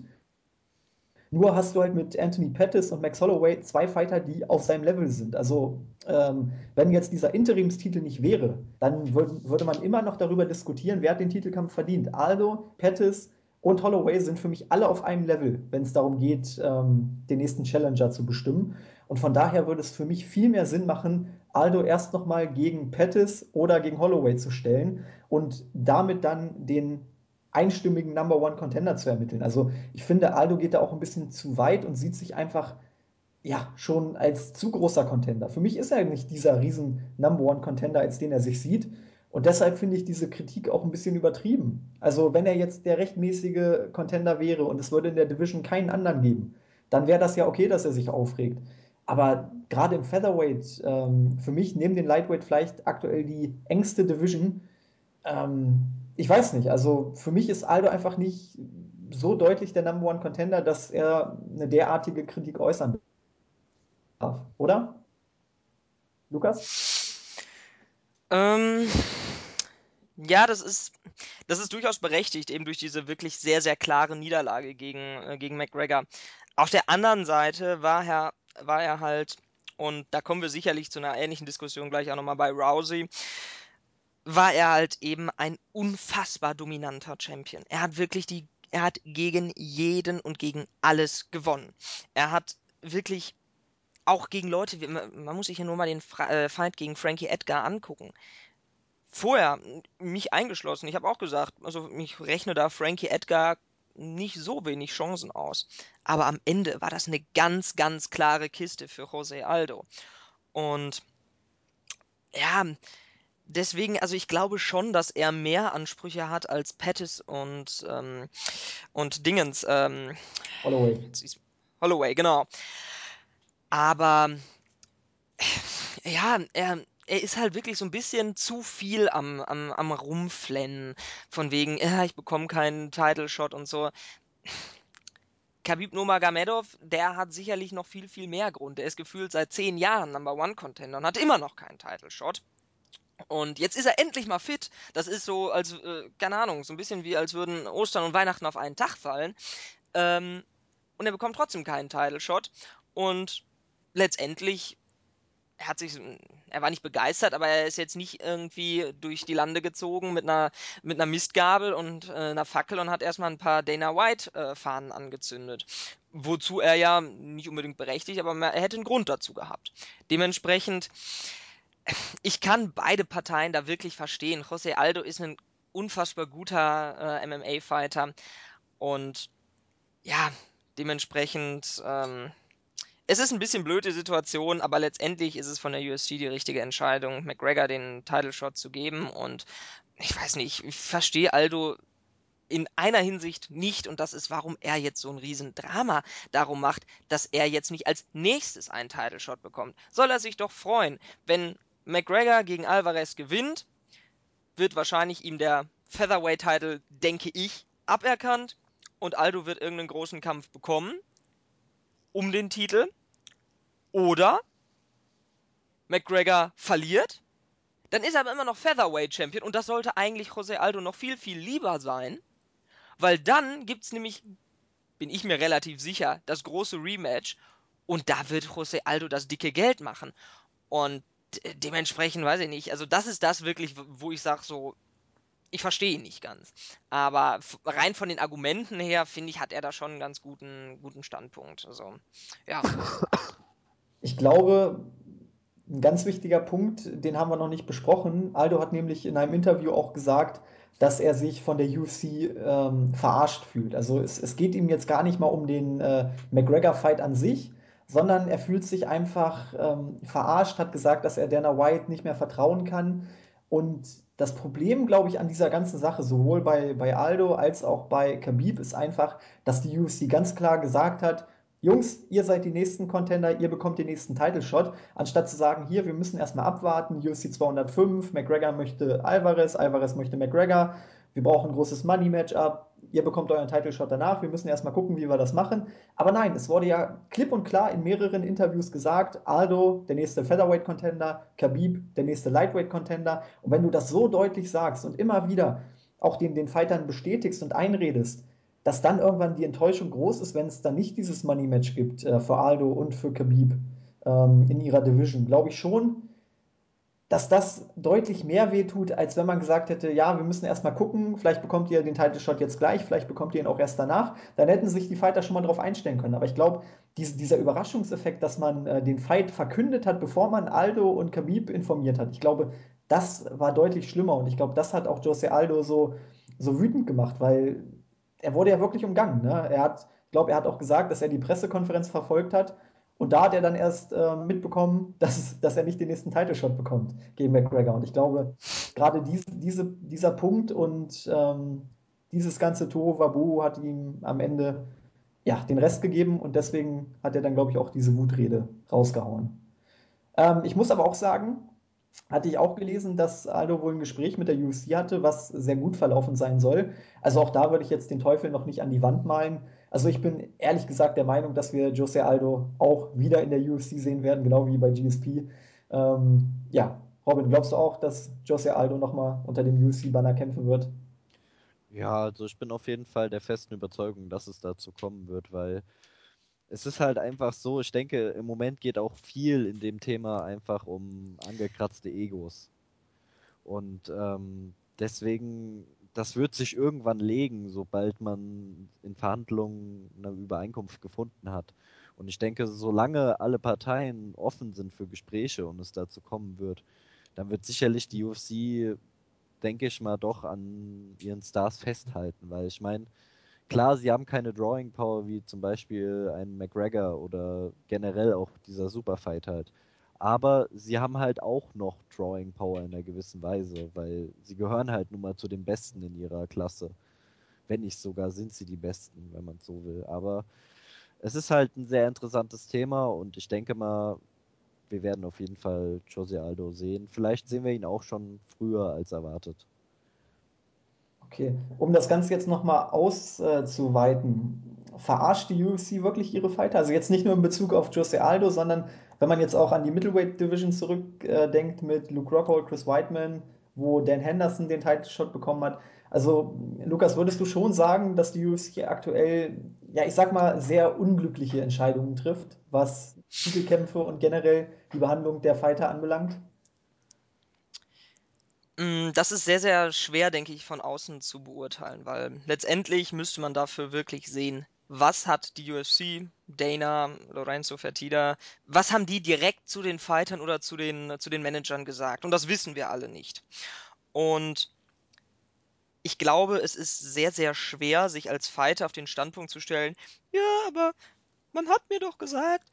Nur hast du halt mit Anthony Pettis und Max Holloway zwei Fighter, die auf seinem Level sind. Also, wenn jetzt dieser Interimstitel nicht wäre, dann würde man immer noch darüber diskutieren, wer hat den Titelkampf verdient. Aldo, Pettis und Holloway sind für mich alle auf einem Level, wenn es darum geht, den nächsten Challenger zu bestimmen. Und von daher würde es für mich viel mehr Sinn machen, Aldo erst nochmal gegen Pettis oder gegen Holloway zu stellen und damit dann den einstimmigen Number One Contender zu ermitteln. Also ich finde, Aldo geht da auch ein bisschen zu weit und sieht sich einfach ja schon als zu großer Contender. Für mich ist er nicht dieser riesen Number One Contender, als den er sich sieht. Und deshalb finde ich diese Kritik auch ein bisschen übertrieben. Also wenn er jetzt der rechtmäßige Contender wäre und es würde in der Division keinen anderen geben, dann wäre das ja okay, dass er sich aufregt. Aber gerade im Featherweight, für mich neben den Lightweight vielleicht aktuell die engste Division, ich weiß nicht, also für mich ist Aldo einfach nicht so deutlich der Number One Contender, dass er eine derartige Kritik äußern darf, oder? Lukas? Ähm, ja, das ist durchaus berechtigt, eben durch diese wirklich sehr, sehr klare Niederlage gegen McGregor. Auf der anderen Seite war er halt, und da kommen wir sicherlich zu einer ähnlichen Diskussion gleich auch nochmal bei Rousey, war er halt eben ein unfassbar dominanter Champion. Er hat gegen jeden und gegen alles gewonnen. Er hat wirklich auch gegen Leute, man muss sich ja nur mal den Fight gegen Frankie Edgar angucken. Vorher, mich eingeschlossen, ich habe auch gesagt, also ich rechne da Frankie Edgar nicht so wenig Chancen aus. Aber am Ende war das eine ganz, ganz klare Kiste für Jose Aldo. Und ja, deswegen, also ich glaube schon, dass er mehr Ansprüche hat als Pettis und Dingens, Holloway. Holloway, genau. Aber ja, er ist halt wirklich so ein bisschen zu viel am Rumflennen. Von wegen, ja, ich bekomme keinen Title-Shot und so. Khabib Nurmagomedov, der hat sicherlich noch viel, viel mehr Grund. Der ist gefühlt seit 10 Jahren Number One Contender und hat immer noch keinen Title-Shot. Und jetzt ist er endlich mal fit. Das ist so, als, keine Ahnung, so ein bisschen wie, als würden Ostern und Weihnachten auf einen Tag fallen. Ähm, und er bekommt trotzdem keinen Title-Shot. Und letztendlich er hat sich, er war nicht begeistert, aber er ist jetzt nicht irgendwie durch die Lande gezogen mit einer Mistgabel und einer Fackel und hat erstmal ein paar Dana White-Fahnen angezündet. Wozu er ja nicht unbedingt berechtigt, aber er hätte einen Grund dazu gehabt. Dementsprechend, ich kann beide Parteien da wirklich verstehen. José Aldo ist ein unfassbar guter MMA-Fighter und ja, dementsprechend. Es ist ein bisschen blöd, die Situation, aber letztendlich ist es von der UFC die richtige Entscheidung, McGregor den Title Shot zu geben. Und ich weiß nicht, ich verstehe Aldo in einer Hinsicht nicht, und das ist, warum er jetzt so ein Riesendrama darum macht, dass er jetzt nicht als nächstes einen Title Shot bekommt. Soll er sich doch freuen. Wenn McGregor gegen Alvarez gewinnt, wird wahrscheinlich ihm der Featherweight-Title, denke ich, aberkannt. Und Aldo wird irgendeinen großen Kampf bekommen um den Titel. Oder McGregor verliert, dann ist er aber immer noch Featherweight Champion und das sollte eigentlich José Aldo noch viel, viel lieber sein, weil dann gibt es nämlich, bin ich mir relativ sicher, das große Rematch und da wird José Aldo das dicke Geld machen. Und dementsprechend weiß ich nicht, also das ist das wirklich, wo ich sage so, ich verstehe ihn nicht ganz. Aber rein von den Argumenten her, finde ich, hat er da schon einen ganz guten Standpunkt. Also, ja. Ich glaube, ein ganz wichtiger Punkt, den haben wir noch nicht besprochen. Aldo hat nämlich in einem Interview auch gesagt, dass er sich von der UFC verarscht fühlt. Also es geht ihm jetzt gar nicht mal um den McGregor-Fight an sich, sondern er fühlt sich einfach verarscht, hat gesagt, dass er Dana White nicht mehr vertrauen kann. Und das Problem, glaube ich, an dieser ganzen Sache, sowohl bei Aldo als auch bei Khabib, ist einfach, dass die UFC ganz klar gesagt hat, Jungs, ihr seid die nächsten Contender, ihr bekommt den nächsten Title-Shot, anstatt zu sagen, hier, wir müssen erstmal abwarten, UFC 205, McGregor möchte Alvarez, Alvarez möchte McGregor, wir brauchen ein großes Money-Matchup, ihr bekommt euren Title-Shot danach, wir müssen erstmal gucken, wie wir das machen. Aber nein, es wurde ja klipp und klar in mehreren Interviews gesagt, Aldo, der nächste Featherweight-Contender, Khabib, der nächste Lightweight-Contender. Und wenn du das so deutlich sagst und immer wieder auch den Fightern bestätigst und einredest, dass dann irgendwann die Enttäuschung groß ist, wenn es dann nicht dieses Money-Match gibt für Aldo und für Khabib in ihrer Division, glaube ich schon, dass das deutlich mehr wehtut, als wenn man gesagt hätte, ja, wir müssen erstmal gucken, vielleicht bekommt ihr den Title Shot jetzt gleich, vielleicht bekommt ihr ihn auch erst danach. Dann hätten sich die Fighter schon mal drauf einstellen können. Aber ich glaube, dieser Überraschungseffekt, dass man den Fight verkündet hat, bevor man Aldo und Khabib informiert hat, ich glaube, das war deutlich schlimmer. Und ich glaube, das hat auch Jose Aldo so wütend gemacht, weil er wurde ja wirklich umgangen. Ne? Ich glaube, er hat auch gesagt, dass er die Pressekonferenz verfolgt hat. Und da hat er dann erst mitbekommen, dass er nicht den nächsten Title-Shot bekommt gegen McGregor. Und ich glaube, gerade dieser Punkt und dieses ganze Tohuwabohu hat ihm am Ende ja, den Rest gegeben. Und deswegen hat er dann, glaube ich, auch diese Wutrede rausgehauen. Ich muss aber auch sagen, hatte ich auch gelesen, dass Aldo wohl ein Gespräch mit der UFC hatte, was sehr gut verlaufen sein soll. Also auch da würde ich jetzt den Teufel noch nicht an die Wand malen. Also ich bin ehrlich gesagt der Meinung, dass wir Jose Aldo auch wieder in der UFC sehen werden, genau wie bei GSP. Ja, Robin, glaubst du auch, dass Jose Aldo nochmal unter dem UFC-Banner kämpfen wird? Ja, also ich bin auf jeden Fall der festen Überzeugung, dass es dazu kommen wird, weil es ist halt einfach so, ich denke, im Moment geht auch viel in dem Thema einfach um angekratzte Egos. Und deswegen, das wird sich irgendwann legen, sobald man in Verhandlungen eine Übereinkunft gefunden hat. Und ich denke, solange alle Parteien offen sind für Gespräche und es dazu kommen wird, dann wird sicherlich die UFC, denke ich mal, doch an ihren Stars festhalten. Weil ich meine, klar, sie haben keine Drawing Power wie zum Beispiel ein McGregor oder generell auch dieser Superfight halt. Aber sie haben halt auch noch Drawing Power in einer gewissen Weise, weil sie gehören halt nun mal zu den Besten in ihrer Klasse. Wenn nicht sogar sind sie die Besten, wenn man es so will. Aber es ist halt ein sehr interessantes Thema und ich denke mal, wir werden auf jeden Fall Jose Aldo sehen. Vielleicht sehen wir ihn auch schon früher als erwartet. Okay, um das Ganze jetzt nochmal auszuweiten, verarscht die UFC wirklich ihre Fighter? Also jetzt nicht nur in Bezug auf Jose Aldo, sondern wenn man jetzt auch an die Middleweight Division zurückdenkt mit Luke Rockhold, Chris Weidman, wo Dan Henderson den Title Shot bekommen hat. Also Lukas, würdest du schon sagen, dass die UFC aktuell, ja ich sag mal, sehr unglückliche Entscheidungen trifft, was Titelkämpfe und generell die Behandlung der Fighter anbelangt? Das ist sehr, sehr schwer, denke ich, von außen zu beurteilen, weil letztendlich müsste man dafür wirklich sehen, was hat die UFC, Dana, Lorenzo Fertitta, was haben die direkt zu den Fightern oder zu den Managern gesagt? Und das wissen wir alle nicht. Und ich glaube, es ist sehr, sehr schwer, sich als Fighter auf den Standpunkt zu stellen, ja, aber man hat mir doch gesagt,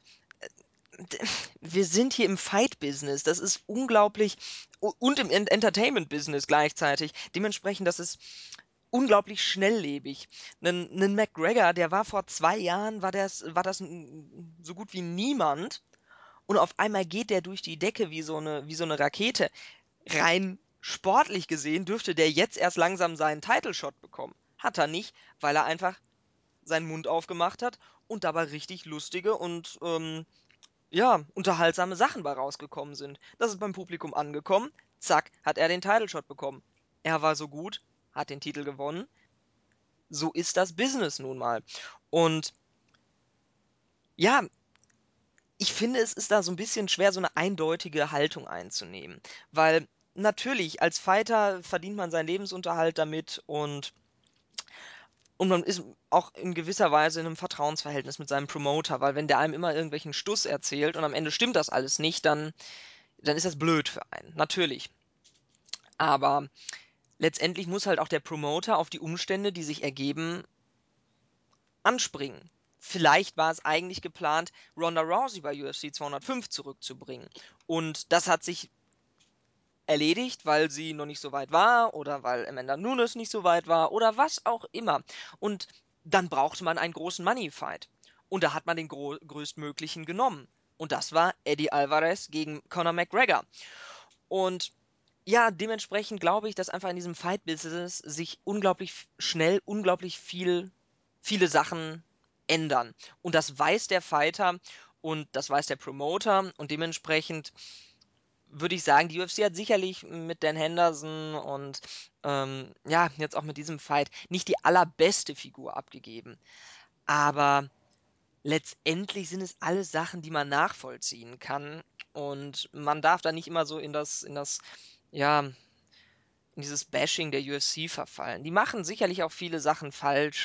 wir sind hier im Fight-Business. Das ist unglaublich und im Entertainment-Business gleichzeitig. Dementsprechend, das ist unglaublich schnelllebig. Ein McGregor, der war vor 2 Jahren, war das so gut wie niemand. Und auf einmal geht der durch die Decke wie so eine Rakete. Rein sportlich gesehen dürfte der jetzt erst langsam seinen Title-Shot bekommen. Hat er nicht, weil er einfach seinen Mund aufgemacht hat und dabei richtig lustige und ja, unterhaltsame Sachen bei rausgekommen sind. Das ist beim Publikum angekommen. Zack, hat er den Title Shot bekommen. Er war so gut, hat den Titel gewonnen. So ist das Business nun mal. Und ja, ich finde, es ist da so ein bisschen schwer, so eine eindeutige Haltung einzunehmen. Weil natürlich, als Fighter verdient man seinen Lebensunterhalt damit und man ist auch in gewisser Weise in einem Vertrauensverhältnis mit seinem Promoter, weil wenn der einem immer irgendwelchen Stuss erzählt und am Ende stimmt das alles nicht, dann ist das blöd für einen. Natürlich. Aber letztendlich muss halt auch der Promoter auf die Umstände, die sich ergeben, anspringen. Vielleicht war es eigentlich geplant, Ronda Rousey bei UFC 205 zurückzubringen. Und das hat sich erledigt, weil sie noch nicht so weit war oder weil Amanda Nunes nicht so weit war oder was auch immer. Und dann brauchte man einen großen Money-Fight. Und da hat man den größtmöglichen genommen. Und das war Eddie Alvarez gegen Conor McGregor. Und ja, dementsprechend glaube ich, dass einfach in diesem Fight-Business sich unglaublich schnell, viele Sachen ändern. Und das weiß der Fighter und das weiß der Promoter und dementsprechend würde ich sagen, die UFC hat sicherlich mit Dan Henderson und ja, jetzt auch mit diesem Fight nicht die allerbeste Figur abgegeben. Aber letztendlich sind es alles Sachen, die man nachvollziehen kann. Und man darf da nicht immer so ja, in dieses Bashing der UFC verfallen. Die machen sicherlich auch viele Sachen falsch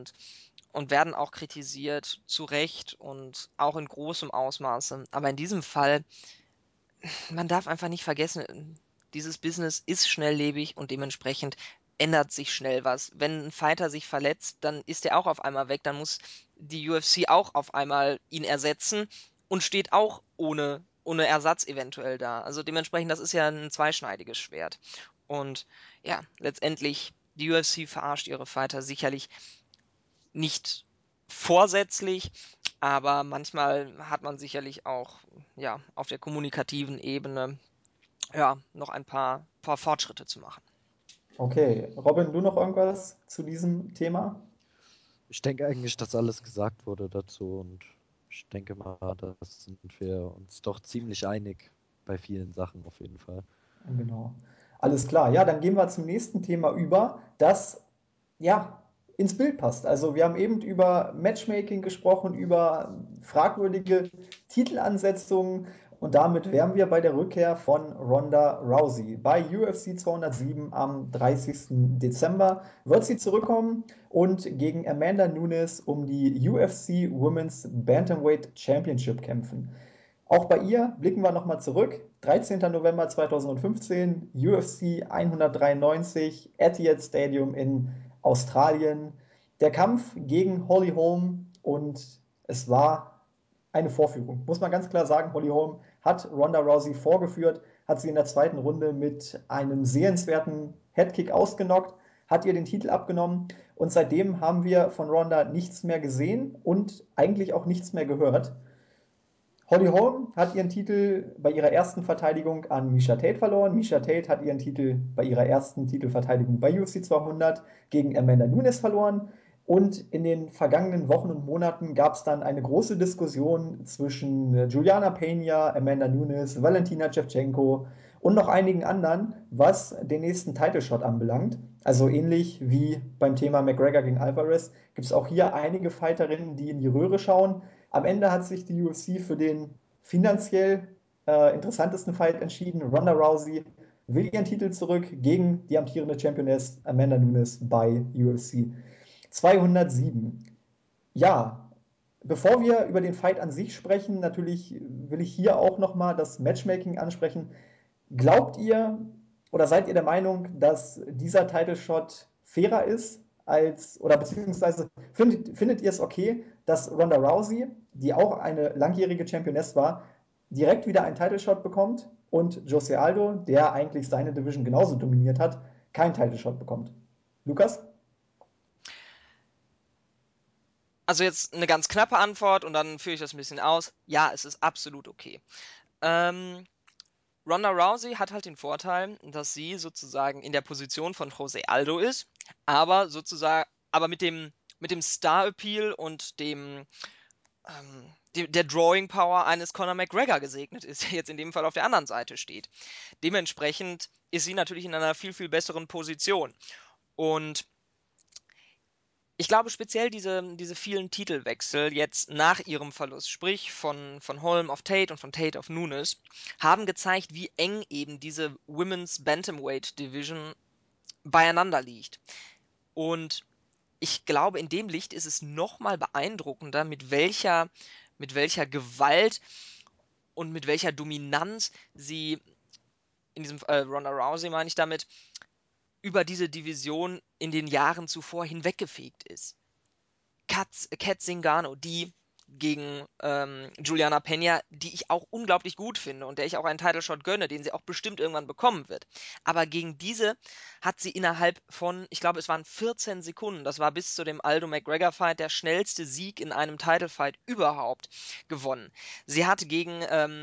und werden auch kritisiert, zu Recht und auch in großem Ausmaße. Aber in diesem Fall, man darf einfach nicht vergessen, dieses Business ist schnelllebig und dementsprechend ändert sich schnell was. Wenn ein Fighter sich verletzt, dann ist er auch auf einmal weg, dann muss die UFC auch auf einmal ihn ersetzen und steht auch ohne Ersatz eventuell da. Also dementsprechend, das ist ja ein zweischneidiges Schwert. Und ja, letztendlich, die UFC verarscht ihre Fighter sicherlich nicht vorsätzlich, aber manchmal hat man sicherlich auch, ja, auf der kommunikativen Ebene, ja, noch ein paar Fortschritte zu machen. Okay, Robin, du noch irgendwas zu diesem Thema? Ich denke eigentlich, dass alles gesagt wurde dazu und ich denke mal, da sind wir uns doch ziemlich einig bei vielen Sachen auf jeden Fall. Genau. Alles klar. Ja, dann gehen wir zum nächsten Thema über, das ja ins Bild passt. Also wir haben eben über Matchmaking gesprochen, über fragwürdige Titelansetzungen und damit wären wir bei der Rückkehr von Ronda Rousey. Bei UFC 207 am 30. Dezember wird sie zurückkommen und gegen Amanda Nunes um die UFC Women's Bantamweight Championship kämpfen. Auch bei ihr blicken wir nochmal zurück. 13. November 2015, UFC 193, Etihad Stadium in Australien. Der Kampf gegen Holly Holm und es war eine Vorführung. Muss man ganz klar sagen, Holly Holm hat Ronda Rousey vorgeführt, hat sie in der zweiten Runde mit einem sehenswerten Headkick ausgenockt, hat ihr den Titel abgenommen und seitdem haben wir von Ronda nichts mehr gesehen und eigentlich auch nichts mehr gehört. Holly Holm hat ihren Titel bei ihrer ersten Verteidigung an Miesha Tate verloren. Miesha Tate hat ihren Titel bei ihrer ersten Titelverteidigung bei UFC 200 gegen Amanda Nunes verloren. Und in den vergangenen Wochen und Monaten gab es dann eine große Diskussion zwischen Juliana Pena, Amanda Nunes, Valentina Shevchenko und noch einigen anderen, was den nächsten Title-Shot anbelangt. Also ähnlich wie beim Thema McGregor gegen Alvarez gibt es auch hier einige Fighterinnen, die in die Röhre schauen. Am Ende hat sich die UFC für den finanziell interessantesten Fight entschieden. Ronda Rousey will ihren Titel zurück gegen die amtierende Championess Amanda Nunes bei UFC 207. Ja, bevor wir über den Fight an sich sprechen, natürlich will ich hier auch nochmal das Matchmaking ansprechen. Glaubt ihr oder seid ihr der Meinung, dass dieser Title Shot fairer ist als, oder beziehungsweise findet ihr es okay, dass Ronda Rousey, die auch eine langjährige Championess war, direkt wieder einen Title Shot bekommt und Jose Aldo, der eigentlich seine Division genauso dominiert hat, keinen Title Shot bekommt? Lukas? Also jetzt eine ganz knappe Antwort und dann führe ich das ein bisschen aus. Ja, es ist absolut okay. Ähm, Ronda Rousey hat halt den Vorteil, dass sie sozusagen in der Position von Jose Aldo ist, aber mit dem Star-Appeal und der Drawing Power eines Conor McGregor gesegnet ist, der jetzt in dem Fall auf der anderen Seite steht. Dementsprechend ist sie natürlich in einer viel, viel besseren Position. Und ich glaube speziell diese vielen Titelwechsel jetzt nach ihrem Verlust, sprich von Holm auf Tate und von Tate auf Nunes, haben gezeigt, wie eng eben diese Women's Bantamweight Division beieinander liegt. Und ich glaube, in dem Licht ist es nochmal beeindruckender, mit welcher Gewalt und mit welcher Dominanz sie, in diesem Ronda Rousey meine ich damit, über diese Division in den Jahren zuvor hinweggefegt ist. Kat Zingano, die gegen Juliana Pena, die ich auch unglaublich gut finde und der ich auch einen Title Shot gönne, den sie auch bestimmt irgendwann bekommen wird. Aber gegen diese hat sie innerhalb von, ich glaube, es waren 14 Sekunden, das war bis zu dem Aldo McGregor Fight der schnellste Sieg in einem Title Fight überhaupt gewonnen. Sie hat gegen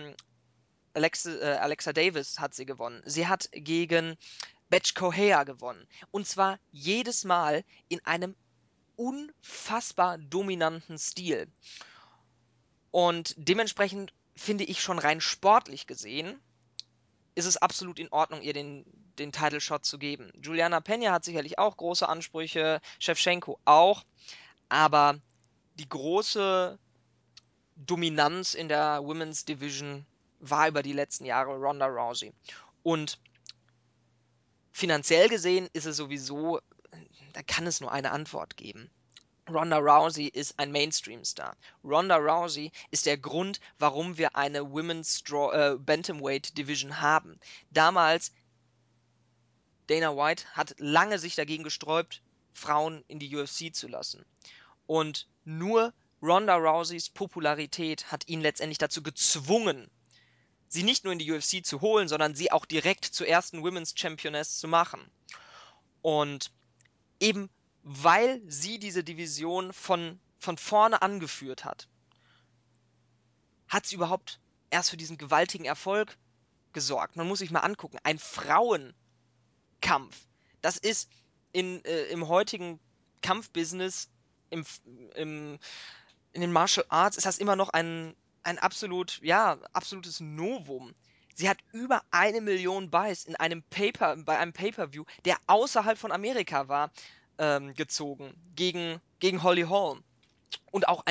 Alexa Davis hat sie gewonnen. Sie hat gegen Betch Correia gewonnen. Und zwar jedes Mal in einem unfassbar dominanten Stil. Und dementsprechend finde ich schon rein sportlich gesehen, ist es absolut in Ordnung, ihr den Title Shot zu geben. Juliana Pena hat sicherlich auch große Ansprüche, Shevchenko auch, aber die große Dominanz in der Women's Division war über die letzten Jahre Ronda Rousey. Und finanziell gesehen ist es sowieso, da kann es nur eine Antwort geben. Ronda Rousey ist ein Mainstream-Star. Ronda Rousey ist der Grund, warum wir eine Women's Bantamweight Division haben. Damals, Dana White hat lange sich dagegen gesträubt, Frauen in die UFC zu lassen. Und nur Ronda Rouseys Popularität hat ihn letztendlich dazu gezwungen, sie nicht nur in die UFC zu holen, sondern sie auch direkt zur ersten Women's Championess zu machen. Und eben weil sie diese Division von vorne angeführt hat, hat sie überhaupt erst für diesen gewaltigen Erfolg gesorgt. Man muss sich mal angucken, ein Frauenkampf, das ist im heutigen Kampfbusiness, im, im, in den Martial Arts, ist das immer noch ein absolutes Novum. Sie hat über 1 Million Buys bei einem Pay-Per-View, der außerhalb von Amerika war, gezogen, gegen Holly Holm. Und auch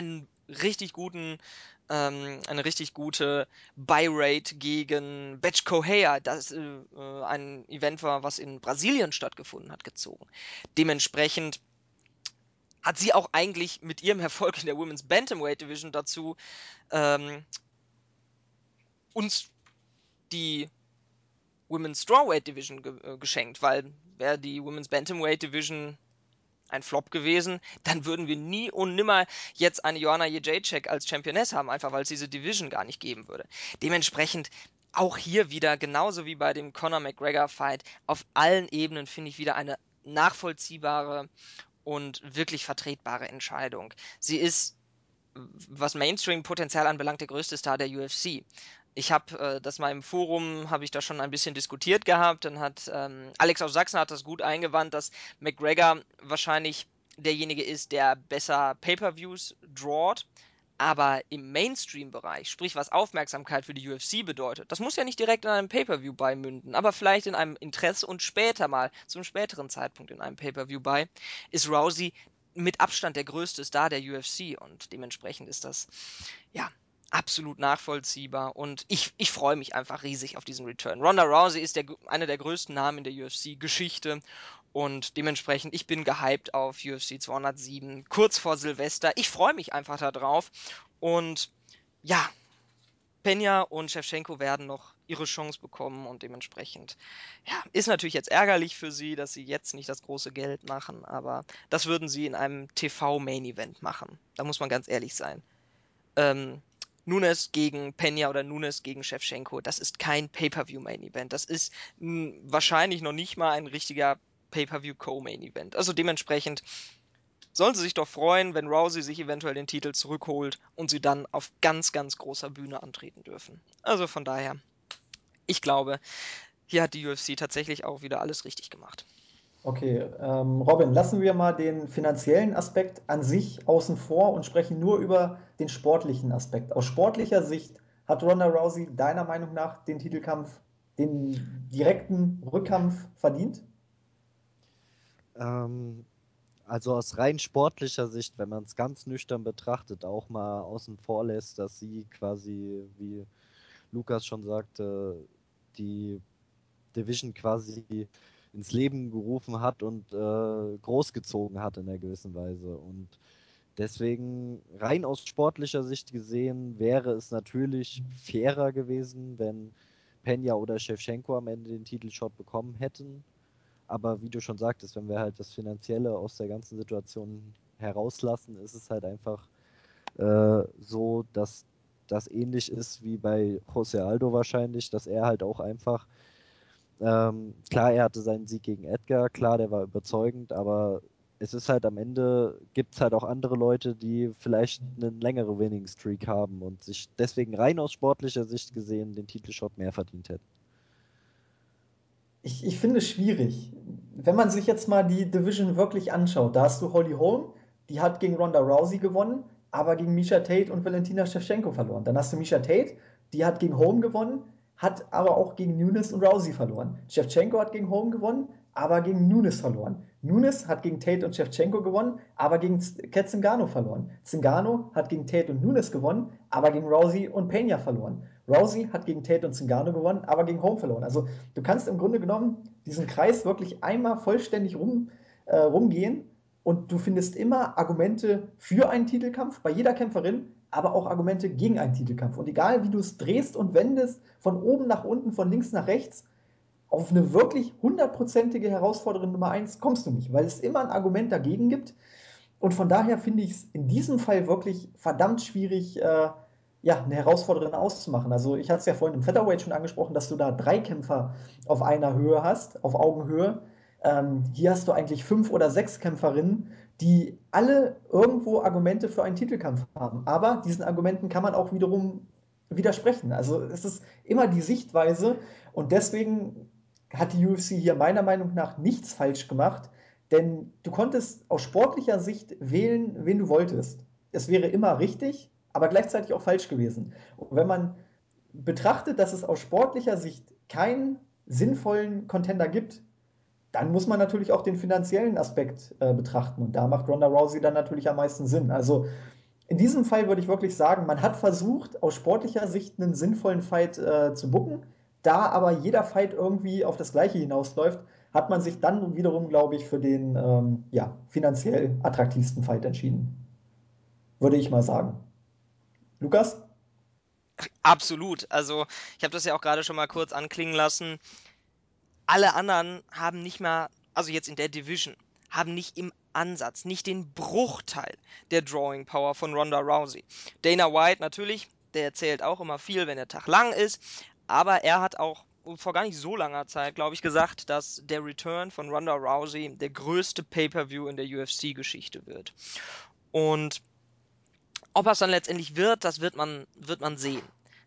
eine richtig gute Buy-Rate gegen Bethe Correia, das ein Event war, was in Brasilien stattgefunden hat, gezogen. Dementsprechend hat sie auch eigentlich mit ihrem Erfolg in der Women's Bantamweight Division dazu uns die Women's Strawweight Division geschenkt, weil wäre die Women's Bantamweight Division ein Flop gewesen, dann würden wir nie und nimmer jetzt eine Joanna Jędrzejczyk als Championess haben, einfach weil es diese Division gar nicht geben würde. Dementsprechend auch hier wieder, genauso wie bei dem Conor McGregor-Fight, auf allen Ebenen finde ich wieder eine nachvollziehbare und wirklich vertretbare Entscheidung. Sie ist, was Mainstream-Potenzial anbelangt, der größte Star der UFC. Ich habe das mal im Forum, habe ich da schon ein bisschen diskutiert gehabt. Dann hat Alex aus Sachsen hat das gut eingewandt, dass McGregor wahrscheinlich derjenige ist, der besser Pay-Per-Views drawt. Aber im Mainstream-Bereich, sprich was Aufmerksamkeit für die UFC bedeutet, das muss ja nicht direkt in einem Pay-Per-View beimünden, aber vielleicht in einem Interesse und später mal, zum späteren Zeitpunkt in einem Pay-Per-View bei, ist Rousey mit Abstand der größte Star der UFC und dementsprechend ist das, ja, absolut nachvollziehbar und ich freue mich einfach riesig auf diesen Return. Ronda Rousey ist einer der größten Namen in der UFC-Geschichte und dementsprechend, ich bin gehypt auf UFC 207, kurz vor Silvester. Ich freue mich einfach darauf und ja, Peña und Shevchenko werden noch ihre Chance bekommen und dementsprechend, ja, ist natürlich jetzt ärgerlich für sie, dass sie jetzt nicht das große Geld machen, aber das würden sie in einem TV-Main-Event machen. Da muss man ganz ehrlich sein. Ähm, Nunes gegen Peña oder Nunes gegen Shevchenko, das ist kein Pay-Per-View-Main-Event. Das ist wahrscheinlich noch nicht mal ein richtiger Pay-Per-View-Co-Main-Event. Also dementsprechend sollen sie sich doch freuen, wenn Rousey sich eventuell den Titel zurückholt und sie dann auf ganz, ganz großer Bühne antreten dürfen. Also von daher, ich glaube, hier hat die UFC tatsächlich auch wieder alles richtig gemacht. Okay, Robin, lassen wir mal den finanziellen Aspekt an sich außen vor und sprechen nur über den sportlichen Aspekt. Aus sportlicher Sicht hat Ronda Rousey deiner Meinung nach den Titelkampf, den direkten Rückkampf verdient? Ähm, also aus rein sportlicher Sicht, wenn man es ganz nüchtern betrachtet, auch mal außen vor lässt, dass sie quasi, wie Lukas schon sagte, die Division quasi ins Leben gerufen hat und großgezogen hat in einer gewissen Weise. Und deswegen, rein aus sportlicher Sicht gesehen, wäre es natürlich fairer gewesen, wenn Peña oder Shevchenko am Ende den Titelshot bekommen hätten. Aber wie du schon sagtest, wenn wir halt das Finanzielle aus der ganzen Situation herauslassen, ist es halt einfach so, dass das ähnlich ist wie bei José Aldo wahrscheinlich, dass er halt auch einfach, klar, er hatte seinen Sieg gegen Edgar, klar, der war überzeugend, aber es ist halt am Ende, gibt es halt auch andere Leute, die vielleicht eine längere Winning Streak haben und sich deswegen rein aus sportlicher Sicht gesehen den Titelshot mehr verdient hätten. Ich finde es schwierig. Wenn man sich jetzt mal die Division wirklich anschaut, da hast du Holly Holm, die hat gegen Ronda Rousey gewonnen, aber gegen Misha Tate und Valentina Shevchenko verloren. Dann hast du Misha Tate, die hat gegen Holm gewonnen, hat aber auch gegen Nunes und Rousey verloren. Shevchenko hat gegen Holm gewonnen, aber gegen Nunes verloren. Nunes hat gegen Tate und Shevchenko gewonnen, aber gegen Kat Zingano verloren. Zingano hat gegen Tate und Nunes gewonnen, aber gegen Rousey und Peña verloren. Rousey hat gegen Tate und Zingano gewonnen, aber gegen Holm verloren. Also du kannst im Grunde genommen diesen Kreis wirklich einmal vollständig rumgehen und du findest immer Argumente für einen Titelkampf bei jeder Kämpferin, aber auch Argumente gegen einen Titelkampf. Und egal wie du es drehst und wendest, von oben nach unten, von links nach rechts, auf eine wirklich hundertprozentige Herausforderin Nummer 1 kommst du nicht, weil es immer ein Argument dagegen gibt. Und von daher finde ich es in diesem Fall wirklich verdammt schwierig, ja, eine Herausforderin auszumachen. Also ich hatte es ja vorhin im Featherweight schon angesprochen, dass du da 3 Kämpfer auf einer Höhe hast, auf Augenhöhe. Hier hast du eigentlich 5 oder 6 Kämpferinnen, die alle irgendwo Argumente für einen Titelkampf haben. Aber diesen Argumenten kann man auch wiederum widersprechen. Also es ist immer die Sichtweise und deswegen hat die UFC hier meiner Meinung nach nichts falsch gemacht, denn du konntest aus sportlicher Sicht wählen, wen du wolltest. Es wäre immer richtig, aber gleichzeitig auch falsch gewesen. Und wenn man betrachtet, dass es aus sportlicher Sicht keinen sinnvollen Contender gibt, dann muss man natürlich auch den finanziellen Aspekt betrachten. Und da macht Ronda Rousey dann natürlich am meisten Sinn. Also in diesem Fall würde ich wirklich sagen, man hat versucht, aus sportlicher Sicht einen sinnvollen Fight zu booken. Da aber jeder Fight irgendwie auf das Gleiche hinausläuft, hat man sich dann wiederum, glaube ich, für den ja, finanziell attraktivsten Fight entschieden. Würde ich mal sagen. Lukas? Absolut. Also, ich habe das ja auch gerade schon mal kurz anklingen lassen. Alle anderen haben nicht mal, also jetzt in der Division, haben nicht im Ansatz, nicht den Bruchteil der Drawing Power von Ronda Rousey. Dana White natürlich, der erzählt auch immer viel, wenn der Tag lang ist, aber er hat auch vor gar nicht so langer Zeit, glaube ich, gesagt, dass der Return von Ronda Rousey der größte Pay-per-View in der UFC-Geschichte wird. Und ob er es dann letztendlich wird, das wird man sehen.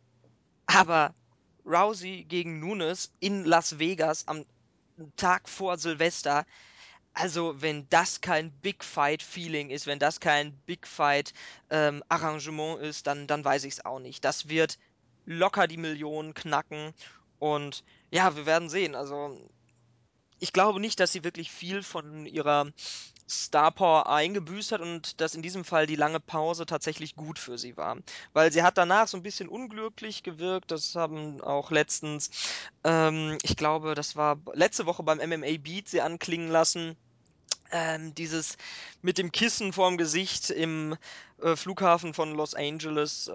Aber Rousey gegen Nunes in Las Vegas am Tag vor Silvester, also wenn das kein Big Fight Feeling ist, wenn das kein Big Fight Arrangement ist, dann weiß ich es auch nicht. Das wird locker die Millionen knacken und ja, wir werden sehen. Also ich glaube nicht, dass sie wirklich viel von ihrer Star Power eingebüßt hat und dass in diesem Fall die lange Pause tatsächlich gut für sie war. Weil sie hat danach so ein bisschen unglücklich gewirkt. Das haben auch letztens, ich glaube, das war letzte Woche beim MMA Beat sie anklingen lassen. Dieses mit dem Kissen vorm Gesicht im Flughafen von Los Angeles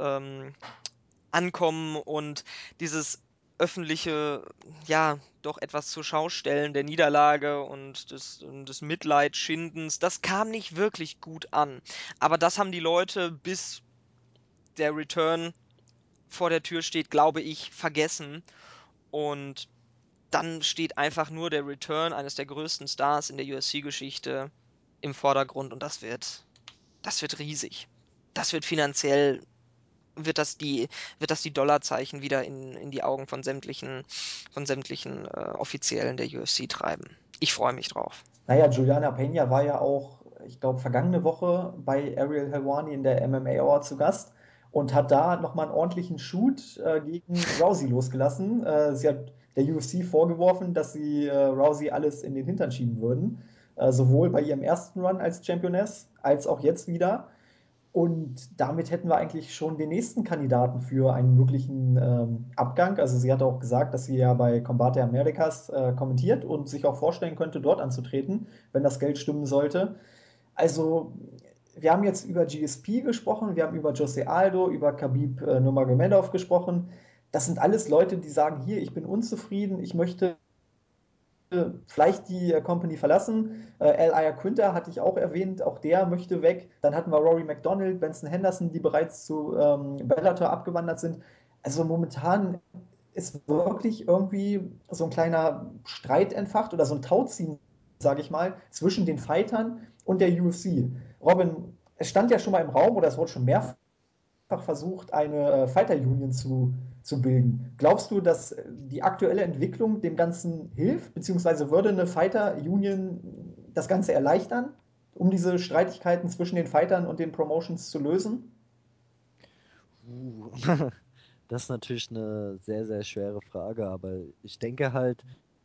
ankommen und dieses öffentliche, ja, doch etwas zur Schaustellen der Niederlage und des Mitleidschindens, das kam nicht wirklich gut an. Aber das haben die Leute, bis der Return vor der Tür steht, glaube ich, vergessen. Und dann steht einfach nur der Return eines der größten Stars in der UFC-Geschichte im Vordergrund und das wird riesig. Das wird finanziell wird das die Dollarzeichen wieder in die Augen von sämtlichen Offiziellen der UFC treiben. Ich freue mich drauf. Naja, Juliana Peña war ja auch, ich glaube, vergangene Woche bei Ariel Helwani in der MMA Hour zu Gast und hat da nochmal einen ordentlichen Shoot gegen Rousey losgelassen. Sie hat der UFC vorgeworfen, dass sie Rousey alles in den Hintern schieben würden. Sowohl bei ihrem ersten Run als Championess als auch jetzt wieder. Und damit hätten wir eigentlich schon den nächsten Kandidaten für einen möglichen Abgang. Also sie hatte auch gesagt, dass sie ja bei Combate Americas kommentiert und sich auch vorstellen könnte, dort anzutreten, wenn das Geld stimmen sollte. Also wir haben jetzt über GSP gesprochen, wir haben über Jose Aldo, über Khabib Nurmagomedov gesprochen. Das sind alles Leute, die sagen, hier, ich bin unzufrieden, ich möchte vielleicht die Company verlassen. Al Iaquinta hatte ich auch erwähnt, auch der möchte weg. Dann hatten wir Rory McDonald, Benson Henderson, die bereits zu Bellator abgewandert sind. Also momentan ist wirklich irgendwie so ein kleiner Streit entfacht oder so ein Tauziehen, sage ich mal, zwischen den Fightern und der UFC. Robin, es stand ja schon mal im Raum oder es wurde schon mehrfach versucht, eine Fighter Union zu bilden. Glaubst du, dass die aktuelle Entwicklung dem Ganzen hilft, beziehungsweise würde eine Fighter Union das Ganze erleichtern, um diese Streitigkeiten zwischen den Fightern und den Promotions zu lösen? Uh, Das ist natürlich eine sehr, sehr schwere Frage, aber ich denke halt,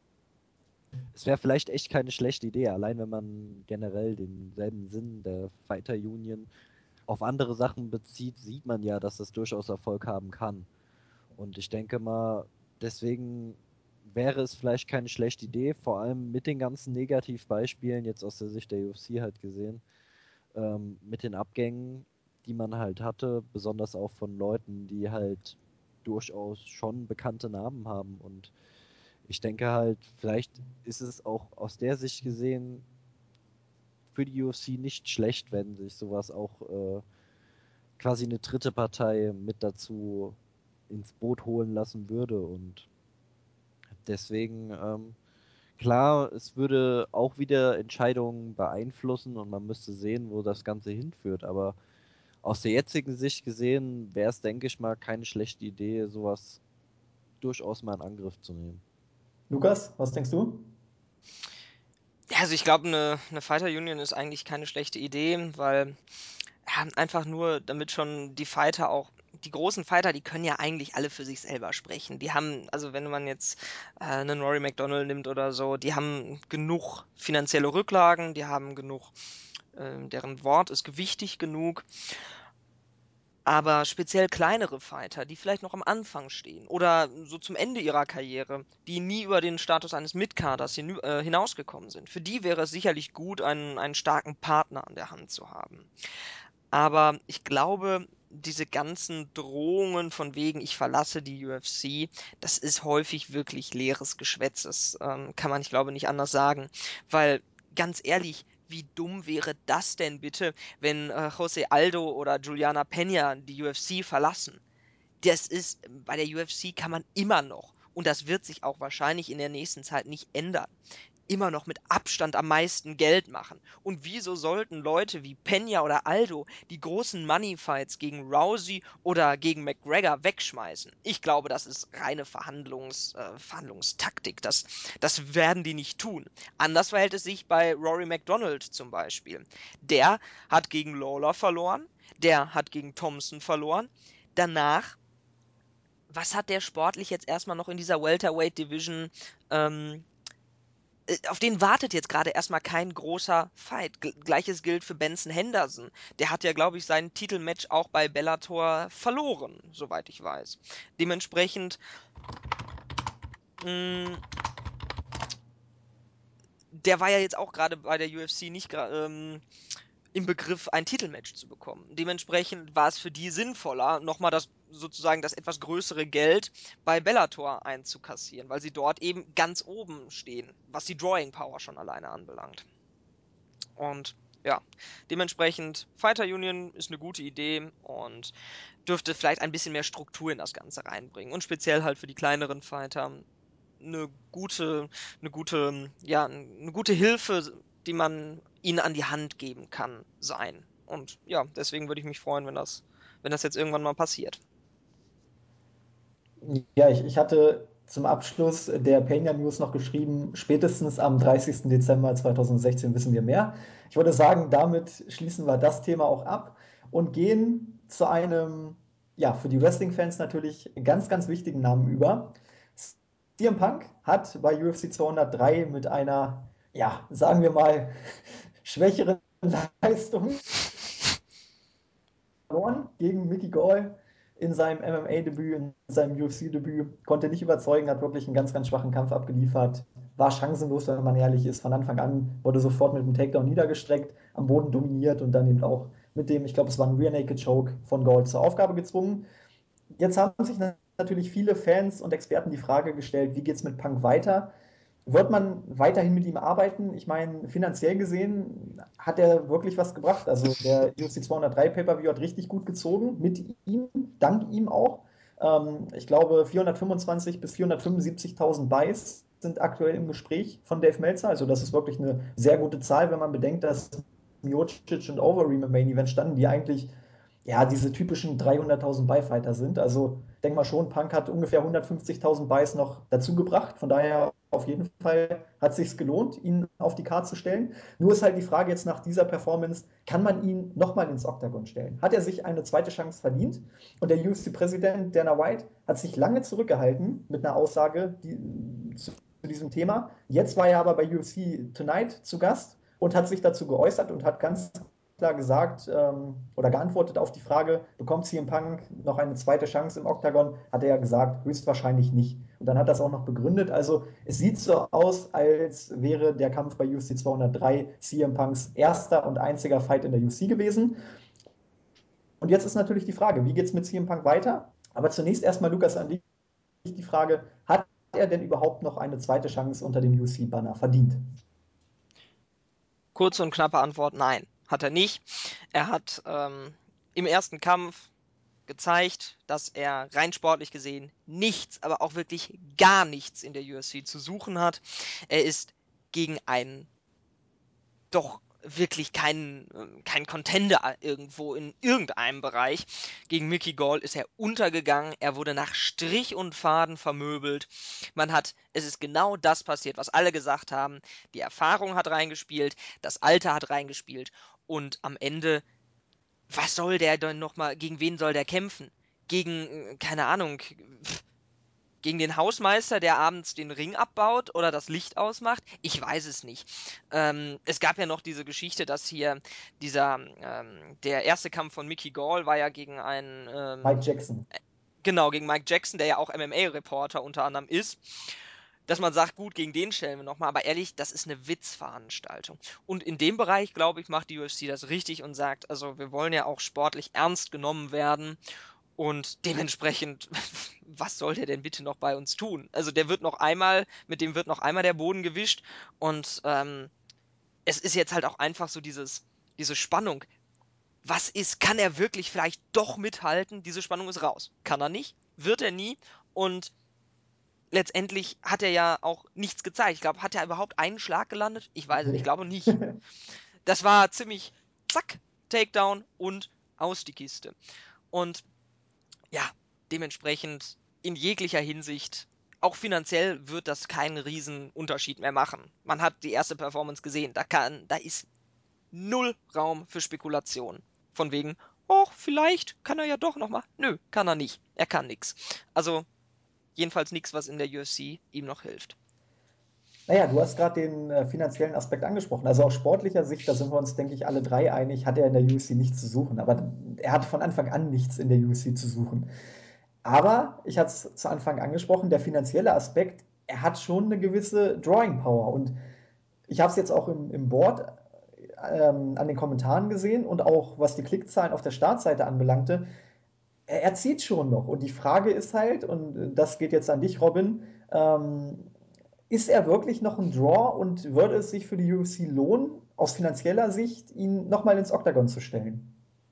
es wäre vielleicht echt keine schlechte Idee, allein wenn man generell denselben Sinn der Fighter Union auf andere Sachen bezieht, sieht man ja, dass das durchaus Erfolg haben kann. Und ich denke mal, deswegen wäre es vielleicht keine schlechte Idee, vor allem mit den ganzen Negativbeispielen, jetzt aus der Sicht der UFC halt gesehen, mit den Abgängen, die man halt hatte, besonders auch von Leuten, die halt durchaus schon bekannte Namen haben. Und ich denke halt, vielleicht ist es auch aus der Sicht gesehen für die UFC nicht schlecht, wenn sich sowas auch quasi eine dritte Partei mit dazu ins Boot holen lassen würde. Und deswegen, klar, es würde auch wieder Entscheidungen beeinflussen und man müsste sehen, wo das Ganze hinführt. Aber aus der jetzigen Sicht gesehen wäre es, denke ich mal, keine schlechte Idee, sowas durchaus mal in Angriff zu nehmen. Lukas, was denkst du? Ja, also ich glaube, eine Fighter Union ist eigentlich keine schlechte Idee, weil ja, einfach nur, damit schon die Fighter auch, die großen Fighter, die können ja eigentlich alle für sich selber sprechen. Die haben, also wenn man jetzt einen Rory McDonald nimmt oder so, die haben genug finanzielle Rücklagen, die haben genug, deren Wort ist gewichtig genug. Aber speziell kleinere Fighter, die vielleicht noch am Anfang stehen oder so zum Ende ihrer Karriere, die nie über den Status eines Mid-Carders hinausgekommen sind, für die wäre es sicherlich gut, einen starken Partner an der Hand zu haben. Aber ich glaube, diese ganzen Drohungen von wegen, ich verlasse die UFC, das ist häufig wirklich leeres Geschwätz. Das kann man, ich glaube, nicht anders sagen. Weil, ganz ehrlich, wie dumm wäre das denn bitte, wenn Jose Aldo oder Juliana Peña die UFC verlassen? Das ist, bei der UFC kann man immer noch, und das wird sich auch wahrscheinlich in der nächsten Zeit nicht ändern, immer noch mit Abstand am meisten Geld machen. Und wieso sollten Leute wie Peña oder Aldo die großen Moneyfights gegen Rousey oder gegen McGregor wegschmeißen? Ich glaube, das ist reine Verhandlungstaktik. Das werden die nicht tun. Anders verhält es sich bei Rory McDonald zum Beispiel. Der hat gegen Lawler verloren, der hat gegen Thompson verloren. Danach, was hat der sportlich jetzt erstmal noch in dieser Welterweight Division auf den wartet jetzt gerade erstmal kein großer Fight. Gleiches gilt für Benson Henderson. Der hat ja, glaube ich, sein Titelmatch auch bei Bellator verloren, soweit ich weiß. Dementsprechend, mh, der war ja jetzt auch gerade bei der UFC nicht im Begriff, ein Titelmatch zu bekommen. Dementsprechend war es für die sinnvoller, nochmal sozusagen das etwas größere Geld bei Bellator einzukassieren, weil sie dort eben ganz oben stehen, was die Drawing Power schon alleine anbelangt. Und ja, dementsprechend Fighter Union ist eine gute Idee und dürfte vielleicht ein bisschen mehr Struktur in das Ganze reinbringen. Und speziell halt für die kleineren Fighter eine eine gute Hilfe, die man ihnen an die Hand geben kann, sein. Und ja, deswegen würde ich mich freuen, wenn das jetzt irgendwann mal passiert. Ja, ich hatte zum Abschluss der Peña News noch geschrieben, spätestens am 30. Dezember 2016 wissen wir mehr. Ich würde sagen, damit schließen wir das Thema auch ab und gehen zu einem, ja, für die Wrestling-Fans natürlich ganz, ganz wichtigen Namen über. CM Punk hat bei UFC 203 mit einer, ja, sagen wir mal, schwächeren Leistung verloren gegen Mickey Gall in seinem MMA-Debüt, in seinem UFC-Debüt. Konnte nicht überzeugen, hat wirklich einen ganz, ganz schwachen Kampf abgeliefert. War chancenlos, wenn man ehrlich ist. Von Anfang an wurde sofort mit dem Takedown niedergestreckt, am Boden dominiert und dann eben auch mit dem, ich glaube, es war ein Rear Naked Choke von Gall zur Aufgabe gezwungen. Jetzt haben sich natürlich viele Fans und Experten die Frage gestellt, wie geht es mit Punk weiter? Wird man weiterhin mit ihm arbeiten? Ich meine, finanziell gesehen hat er wirklich was gebracht. Also der UFC 203 Pay-Per-View hat richtig gut gezogen, mit ihm, dank ihm auch. Ich glaube, 425 bis 475.000 Buys sind aktuell im Gespräch von Dave Meltzer. Also das ist wirklich eine sehr gute Zahl, wenn man bedenkt, dass Miocic und Overeem im Main Event standen, die eigentlich ja diese typischen 300.000 Buy-Fighter sind. Also denk mal schon, Punk hat ungefähr 150.000 Buys noch dazu gebracht. Von daher auf jeden Fall hat es sich gelohnt, ihn auf die Karte zu stellen. Nur ist halt die Frage jetzt nach dieser Performance, kann man ihn nochmal ins Oktagon stellen? Hat er sich eine zweite Chance verdient? Und der UFC-Präsident Dana White hat sich lange zurückgehalten mit einer Aussage zu diesem Thema. Jetzt war er aber bei UFC Tonight zu Gast und hat sich dazu geäußert und hat ganz klar gesagt oder geantwortet auf die Frage, bekommt CM Punk noch eine zweite Chance im Octagon, hat er ja gesagt, höchstwahrscheinlich nicht. Und dann hat er das auch noch begründet. Also es sieht so aus, als wäre der Kampf bei UFC 203 CM Punks erster und einziger Fight in der UFC gewesen. Und jetzt ist natürlich die Frage, wie geht es mit CM Punk weiter? Aber zunächst erstmal, Lukas, an dich die Frage, hat er denn überhaupt noch eine zweite Chance unter dem UFC-Banner verdient? Kurze und knappe Antwort, nein, hat er nicht. Er hat im ersten Kampf gezeigt, dass er rein sportlich gesehen nichts, aber auch wirklich gar nichts in der UFC zu suchen hat. Er ist gegen einen doch wirklich kein Contender irgendwo in irgendeinem Bereich. Gegen Mickey Gall ist er untergegangen. Er wurde nach Strich und Faden vermöbelt. Es ist genau das passiert, was alle gesagt haben. Die Erfahrung hat reingespielt, das Alter hat reingespielt und am Ende, was soll der denn nochmal, gegen wen soll der kämpfen? Gegen, keine Ahnung, gegen den Hausmeister, der abends den Ring abbaut oder das Licht ausmacht? Ich weiß es nicht. Es gab ja noch diese Geschichte, dass hier der erste Kampf von Mickey Gall war ja gegen einen, Mike Jackson. genau, gegen Mike Jackson, der ja auch MMA-Reporter unter anderem ist. Dass man sagt, gut, gegen den stellen wir nochmal, aber ehrlich, das ist eine Witzveranstaltung. Und in dem Bereich, glaube ich, macht die UFC das richtig und sagt, also wir wollen ja auch sportlich ernst genommen werden und dementsprechend, was soll der denn bitte noch bei uns tun? Also mit dem wird noch einmal der Boden gewischt und es ist jetzt halt auch einfach so diese Spannung. Was ist, kann er wirklich vielleicht doch mithalten? Diese Spannung ist raus. Kann er nicht, wird er nie und letztendlich hat er ja auch nichts gezeigt. Ich glaube, hat er überhaupt einen Schlag gelandet? Ich weiß es, ich Nee. glaube nicht. Das war ziemlich zack, Takedown und aus die Kiste. Und ja, dementsprechend in jeglicher Hinsicht, auch finanziell wird das keinen riesen Unterschied mehr machen. Man hat die erste Performance gesehen, da ist null Raum für Spekulation. Von wegen, oh, vielleicht kann er ja doch noch mal. Nö, kann er nicht. Er kann nichts. Also jedenfalls nichts, was in der UFC ihm noch hilft. Naja, du hast gerade den finanziellen Aspekt angesprochen. Also aus sportlicher Sicht, da sind wir uns, denke ich, alle drei einig, hat er in der UFC nichts zu suchen. Aber er hat von Anfang an nichts in der UFC zu suchen. Aber, ich hatte es zu Anfang angesprochen, der finanzielle Aspekt, er hat schon eine gewisse Drawing Power. Und ich habe es jetzt auch im Board an den Kommentaren gesehen und auch was die Klickzahlen auf der Startseite anbelangte, er zieht schon noch. Und die Frage ist halt, und das geht jetzt an dich, Robin, ist er wirklich noch ein Draw und würde es sich für die UFC lohnen, aus finanzieller Sicht, ihn nochmal ins Oktagon zu stellen?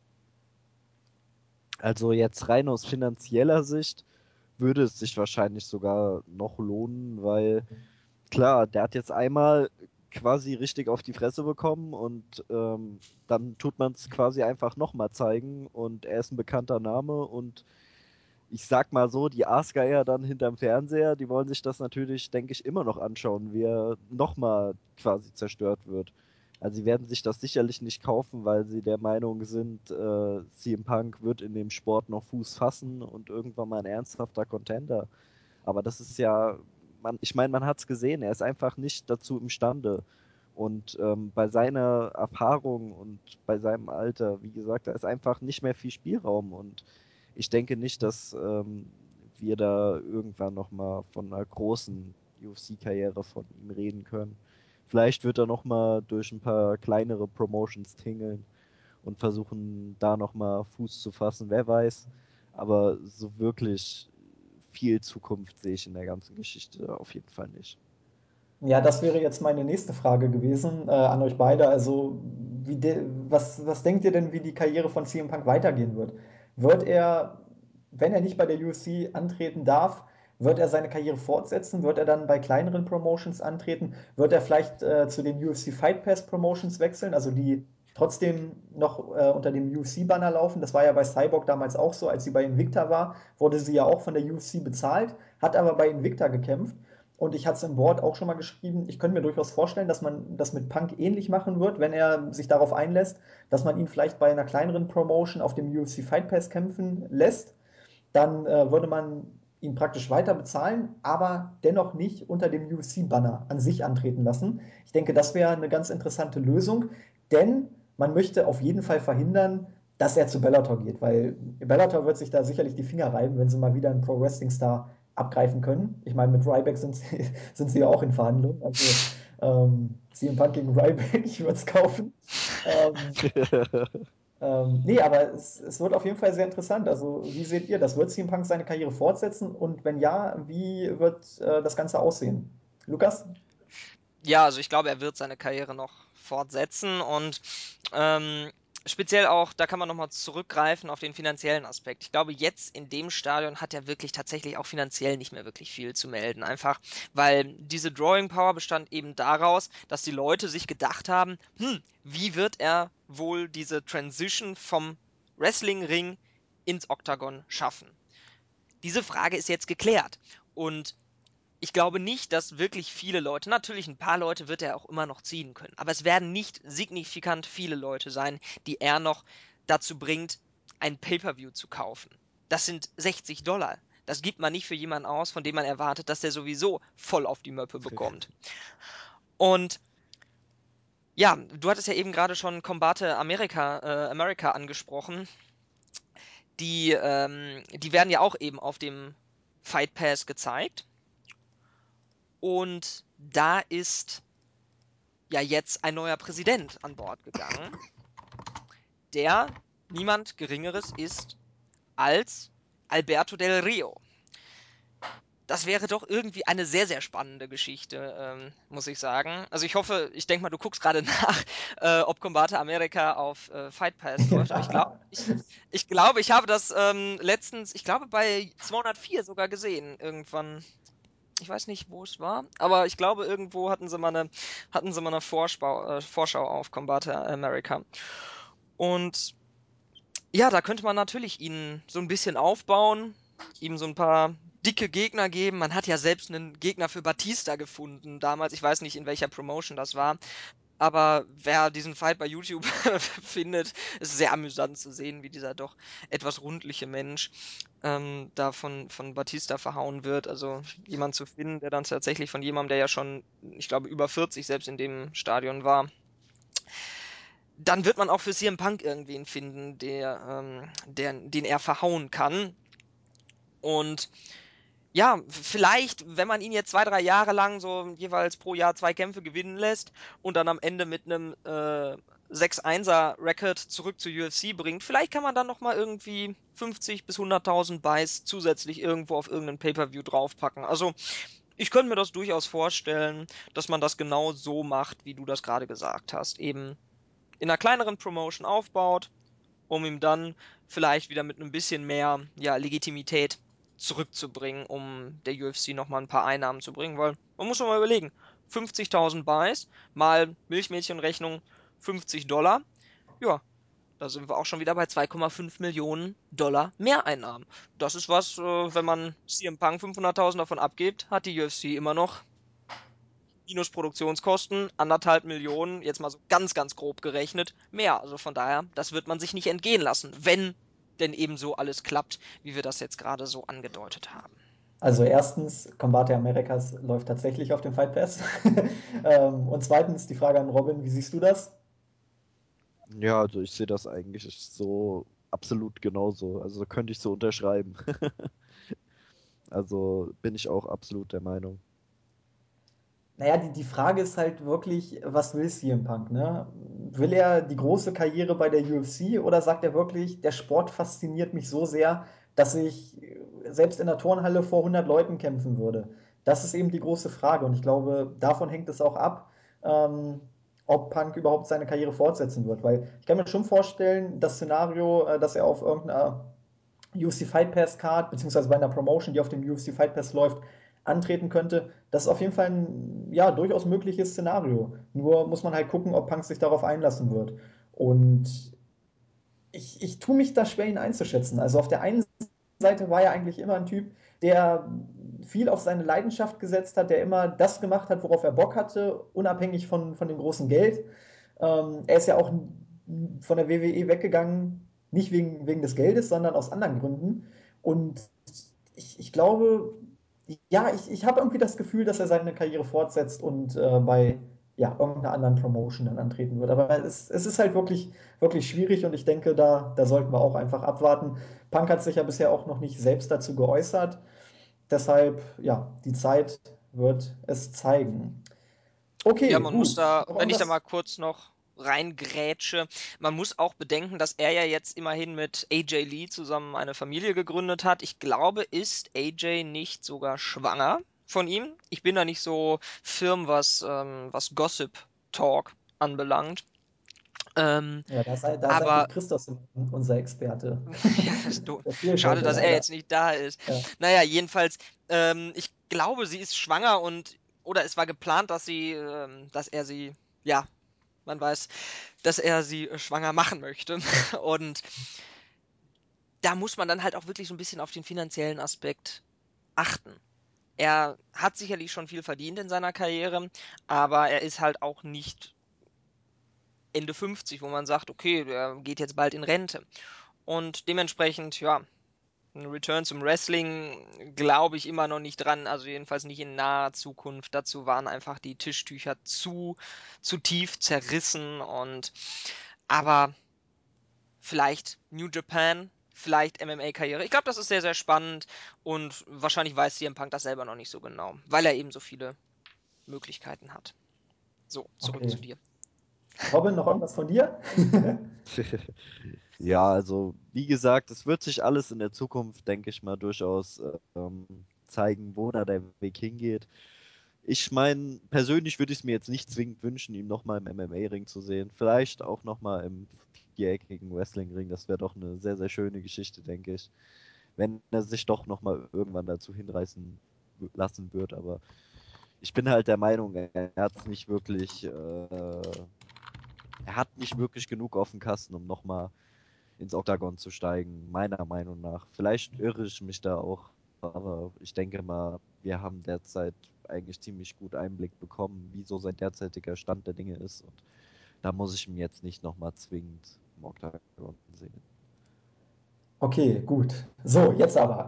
Also jetzt rein aus finanzieller Sicht würde es sich wahrscheinlich sogar noch lohnen, weil klar, der hat jetzt einmal quasi richtig auf die Fresse bekommen und dann tut man es quasi einfach nochmal zeigen und er ist ein bekannter Name und ich sag mal so, die Aasgeier dann hinterm Fernseher, die wollen sich das natürlich, denke ich, immer noch anschauen, wie er nochmal quasi zerstört wird. Also sie werden sich das sicherlich nicht kaufen, weil sie der Meinung sind, CM Punk wird in dem Sport noch Fuß fassen und irgendwann mal ein ernsthafter Contender. Aber das ist ja, ich meine, man hat es gesehen, er ist einfach nicht dazu imstande. Und bei seiner Erfahrung und bei seinem Alter, wie gesagt, da ist einfach nicht mehr viel Spielraum. Und ich denke nicht, dass wir da irgendwann nochmal von einer großen UFC-Karriere von ihm reden können. Vielleicht wird er nochmal durch ein paar kleinere Promotions tingeln und versuchen, da nochmal Fuß zu fassen, wer weiß. Aber so wirklich viel Zukunft sehe ich in der ganzen Geschichte auf jeden Fall nicht. Ja, das wäre jetzt meine nächste Frage gewesen an euch beide. Also, was denkt ihr denn, wie die Karriere von CM Punk weitergehen wird? Wird er, wenn er nicht bei der UFC antreten darf, wird er seine Karriere fortsetzen? Wird er dann bei kleineren Promotions antreten? Wird er vielleicht zu den UFC Fight Pass Promotions wechseln, also die trotzdem noch unter dem UFC-Banner laufen? Das war ja bei Cyborg damals auch so, als sie bei Invicta war, wurde sie ja auch von der UFC bezahlt, hat aber bei Invicta gekämpft. Und ich hatte es im Board auch schon mal geschrieben, ich könnte mir durchaus vorstellen, dass man das mit Punk ähnlich machen wird, wenn er sich darauf einlässt, dass man ihn vielleicht bei einer kleineren Promotion auf dem UFC Fight Pass kämpfen lässt. Dann würde man ihn praktisch weiter bezahlen, aber dennoch nicht unter dem UFC-Banner an sich antreten lassen. Ich denke, das wäre eine ganz interessante Lösung, denn man möchte auf jeden Fall verhindern, dass er zu Bellator geht, weil Bellator wird sich da sicherlich die Finger reiben, wenn sie mal wieder einen Pro-Wrestling-Star abgreifen können. Ich meine, mit Ryback sind sie ja auch in Verhandlungen. Also CM Punk gegen Ryback, ich würde es kaufen. Nee, aber es wird auf jeden Fall sehr interessant. Also, wie seht ihr das? Wird CM Punk seine Karriere fortsetzen? Und wenn ja, wie wird das Ganze aussehen? Lukas? Ja, also ich glaube, er wird seine Karriere noch fortsetzen und ähm, speziell auch, da kann man nochmal zurückgreifen auf den finanziellen Aspekt. Ich glaube, jetzt in dem Stadion hat er wirklich tatsächlich auch finanziell nicht mehr wirklich viel zu melden. Einfach, weil diese Drawing Power bestand eben daraus, dass die Leute sich gedacht haben, wie wird er wohl diese Transition vom Wrestling-Ring ins Oktagon schaffen? Diese Frage ist jetzt geklärt. Und ich glaube nicht, dass wirklich viele Leute, natürlich ein paar Leute wird er auch immer noch ziehen können, aber es werden nicht signifikant viele Leute sein, die er noch dazu bringt, ein Pay-per-View zu kaufen. Das sind 60 $. Das gibt man nicht für jemanden aus, von dem man erwartet, dass der sowieso voll auf die Möppe bekommt. Und ja, du hattest ja eben gerade schon Combate America angesprochen. Die werden ja auch eben auf dem Fight Pass gezeigt. Und da ist ja jetzt ein neuer Präsident an Bord gegangen, der niemand Geringeres ist als Alberto Del Rio. Das wäre doch irgendwie eine sehr, sehr spannende Geschichte, muss ich sagen. Also ich hoffe, ich denke mal, du guckst gerade nach, ob Combate America auf Fight Pass läuft, aber ich glaube, ich habe das letztens, ich glaube bei 204 sogar gesehen, irgendwann. Ich weiß nicht, wo es war, aber ich glaube, irgendwo hatten sie mal eine Vorschau auf Combate America. Und ja, da könnte man natürlich ihn so ein bisschen aufbauen, ihm so ein paar dicke Gegner geben. Man hat ja selbst einen Gegner für Batista gefunden damals. Ich weiß nicht, in welcher Promotion das war. Aber wer diesen Fight bei YouTube findet, ist sehr amüsant zu sehen, wie dieser doch etwas rundliche Mensch da von Batista verhauen wird. Also jemand zu finden, der dann tatsächlich von jemandem, der ja schon, ich glaube, über 40 selbst in dem Stadion war, dann wird man auch für CM Punk irgendwen finden, den er verhauen kann. Und ja, vielleicht, wenn man ihn jetzt 2, 3 Jahre lang so jeweils pro Jahr 2 Kämpfe gewinnen lässt und dann am Ende mit einem 6-1er-Record zurück zur UFC bringt, vielleicht kann man dann nochmal irgendwie 50 bis 100.000 Buys zusätzlich irgendwo auf irgendeinen Pay-Per-View draufpacken. Also, ich könnte mir das durchaus vorstellen, dass man das genau so macht, wie du das gerade gesagt hast. Eben in einer kleineren Promotion aufbaut, um ihm dann vielleicht wieder mit ein bisschen mehr ja, Legitimität zurückzubringen, um der UFC nochmal ein paar Einnahmen zu bringen, weil man muss schon mal überlegen, 50.000 Buys mal Milchmädchenrechnung $50, ja, da sind wir auch schon wieder bei 2,5 Millionen Dollar Mehreinnahmen. Das ist was, wenn man CM Punk 500.000 davon abgibt, hat die UFC immer noch minus Produktionskosten, 1,5 Millionen, jetzt mal so ganz, ganz grob gerechnet, mehr. Also von daher, das wird man sich nicht entgehen lassen, wenn denn eben so alles klappt, wie wir das jetzt gerade so angedeutet haben. Also erstens, Combate Americas läuft tatsächlich auf dem Fight Pass. Und zweitens die Frage an Robin, wie siehst du das? Ja, also ich sehe das eigentlich so absolut genauso. Also könnte ich so unterschreiben. Also bin ich auch absolut der Meinung. Naja, die Frage ist halt wirklich, was will CM Punk, ne? Will er die große Karriere bei der UFC oder sagt er wirklich, der Sport fasziniert mich so sehr, dass ich selbst in der Turnhalle vor 100 Leuten kämpfen würde? Das ist eben die große Frage und ich glaube, davon hängt es auch ab, ähm, ob Punk überhaupt seine Karriere fortsetzen wird, weil ich kann mir schon vorstellen, das Szenario, dass er auf irgendeiner UFC Fight Pass Card, beziehungsweise bei einer Promotion, die auf dem UFC Fight Pass läuft, antreten könnte. Das ist auf jeden Fall ein ja, durchaus mögliches Szenario. Nur muss man halt gucken, ob Punk sich darauf einlassen wird. Und ich tue mich da schwer, ihn einzuschätzen. Also auf der einen Seite war er eigentlich immer ein Typ, der viel auf seine Leidenschaft gesetzt hat, der immer das gemacht hat, worauf er Bock hatte, unabhängig von dem großen Geld. Er ist ja auch von der WWE weggegangen, nicht wegen des Geldes, sondern aus anderen Gründen. Und ich glaube, ja, ich habe irgendwie das Gefühl, dass er seine Karriere fortsetzt und bei ja, irgendeiner anderen Promotion dann antreten wird. Aber es ist halt wirklich, wirklich schwierig und ich denke, da sollten wir auch einfach abwarten. Punk hat sich ja bisher auch noch nicht selbst dazu geäußert. Deshalb, ja, die Zeit wird es zeigen. Ja, Okay, man muss gut. da, Noch wenn ich da mal irgendwas? kurz noch reingrätsche, man muss auch bedenken, dass er ja jetzt immerhin mit AJ Lee zusammen eine Familie gegründet hat. Ich glaube, ist AJ nicht sogar schwanger von ihm? Ich bin da nicht so firm, was Gossip Talk anbelangt. Ähm, Ja, da ist aber eigentlich Christoph unser Experte. ja, das ist doof. Der fehlt Schade, heute dass er leider. jetzt nicht da ist. Ja. Naja, jedenfalls, ich glaube, sie ist schwanger und oder es war geplant, dass er sie, ja, man weiß, dass er sie schwanger machen möchte. Und da muss man dann halt auch wirklich so ein bisschen auf den finanziellen Aspekt achten. Er hat sicherlich schon viel verdient in seiner Karriere, aber er ist halt auch nicht Ende 50, wo man sagt, okay, der geht jetzt bald in Rente. Und dementsprechend, ja, ein Return zum Wrestling glaube ich immer noch nicht dran, also jedenfalls nicht in naher Zukunft. Dazu waren einfach die Tischtücher zu tief zerrissen und aber vielleicht New Japan, vielleicht MMA-Karriere. Ich glaube, das ist sehr, sehr spannend und wahrscheinlich weiß CM Punk das selber noch nicht so genau, weil er eben so viele Möglichkeiten hat. So, zurück Okay. zu dir. Robin, noch irgendwas von dir? Ja, also wie gesagt, es wird sich alles in der Zukunft, denke ich mal, durchaus zeigen, wo da der Weg hingeht. Ich meine, persönlich würde ich es mir jetzt nicht zwingend wünschen, ihn nochmal im MMA-Ring zu sehen. Vielleicht auch nochmal im viereckigen Wrestling-Ring. Das wäre doch eine sehr, sehr schöne Geschichte, denke ich. Wenn er sich doch nochmal irgendwann dazu hinreißen lassen wird. Aber ich bin halt der Meinung, er hat es nicht wirklich, er hat nicht wirklich genug auf dem Kasten, um nochmal ins Oktagon zu steigen, meiner Meinung nach. Vielleicht irre ich mich da auch, aber ich denke mal, wir haben derzeit eigentlich ziemlich gut Einblick bekommen, wie so sein derzeitiger Stand der Dinge ist. Und da muss ich ihn jetzt nicht nochmal zwingend im Oktagon sehen. Okay, gut. So, jetzt aber.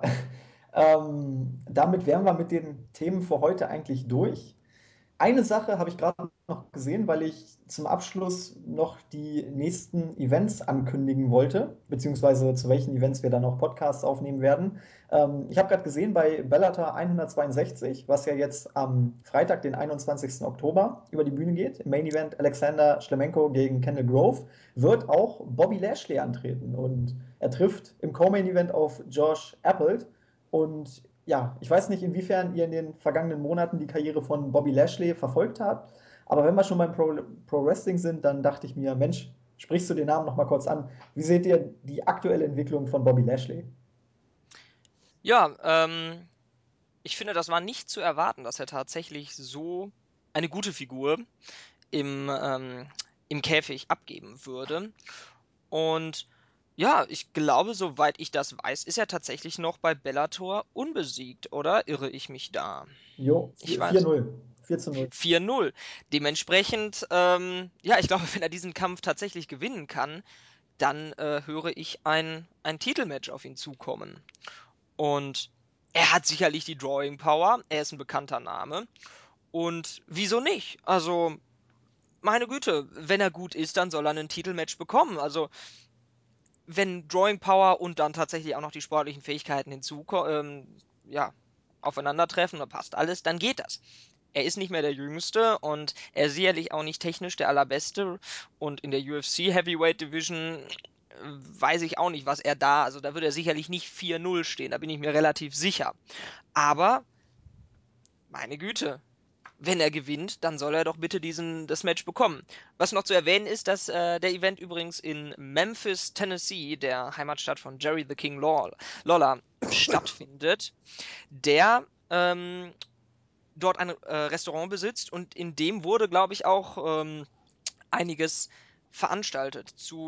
Damit wären wir mit den Themen für heute eigentlich durch. Eine Sache habe ich gerade noch gesehen, weil ich zum Abschluss noch die nächsten Events ankündigen wollte, beziehungsweise zu welchen Events wir dann auch Podcasts aufnehmen werden. Ich habe gerade gesehen bei Bellator 162, was ja jetzt am Freitag, den 21. Oktober, über die Bühne geht, im Main Event Alexander Schlemenko gegen Kendall Grove, wird auch Bobby Lashley antreten. Und er trifft im Co-Main Event auf Josh Appelt. Und ja, ich weiß nicht, inwiefern ihr in den vergangenen Monaten die Karriere von Bobby Lashley verfolgt habt, aber wenn wir schon beim Pro Wrestling sind, dann dachte ich mir, Mensch, sprichst du den Namen noch mal kurz an. Wie seht ihr die aktuelle Entwicklung von Bobby Lashley? Ja, ich finde, das war nicht zu erwarten, dass er tatsächlich so eine gute Figur im, ähm, im Käfig abgeben würde. Und ja, ich glaube, soweit ich das weiß, ist er tatsächlich noch bei Bellator unbesiegt, oder? Irre ich mich da? Jo, Ich weiß. 4-0. 4-0. 4-0. Dementsprechend, ja, ich glaube, wenn er diesen Kampf tatsächlich gewinnen kann, dann höre ich ein Titelmatch auf ihn zukommen. Und er hat sicherlich die Drawing Power, er ist ein bekannter Name. Und wieso nicht? Also, meine Güte, wenn er gut ist, dann soll er ein Titelmatch bekommen. Also, wenn Drawing Power und dann tatsächlich auch noch die sportlichen Fähigkeiten ja, aufeinandertreffen, da passt alles, dann geht das. Er ist nicht mehr der Jüngste und er ist sicherlich auch nicht technisch der Allerbeste. Und in der UFC Heavyweight Division weiß ich auch nicht, was er da, also da wird er sicherlich nicht 4-0 stehen, da bin ich mir relativ sicher. Aber, meine Güte, wenn er gewinnt, dann soll er doch bitte das Match bekommen. Was noch zu erwähnen ist, dass der Event übrigens in Memphis, Tennessee, der Heimatstadt von Jerry the King Lawler, stattfindet, der dort ein Restaurant besitzt und in dem wurde, glaube ich, auch einiges veranstaltet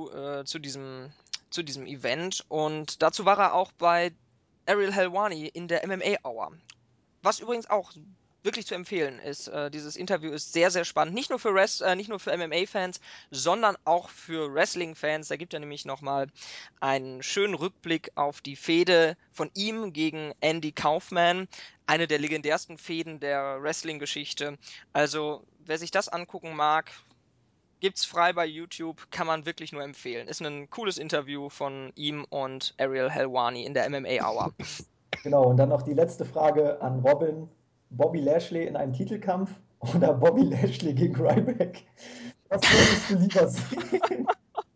zu diesem Event und dazu war er auch bei Ariel Helwani in der MMA Hour. Was übrigens auch wirklich zu empfehlen ist. Dieses Interview ist sehr, sehr spannend. Nicht nur für MMA-Fans, sondern auch für Wrestling-Fans. Da gibt er nämlich nochmal einen schönen Rückblick auf die Fehde von ihm gegen Andy Kaufman. Eine der legendärsten Fehden der Wrestling-Geschichte. Also, wer sich das angucken mag, gibt's frei bei YouTube, kann man wirklich nur empfehlen. Ist ein cooles Interview von ihm und Ariel Helwani in der MMA Hour. Genau, und dann noch die letzte Frage an Robin. Bobby Lashley in einem Titelkampf oder Bobby Lashley gegen Ryback? Was würdest du lieber sehen?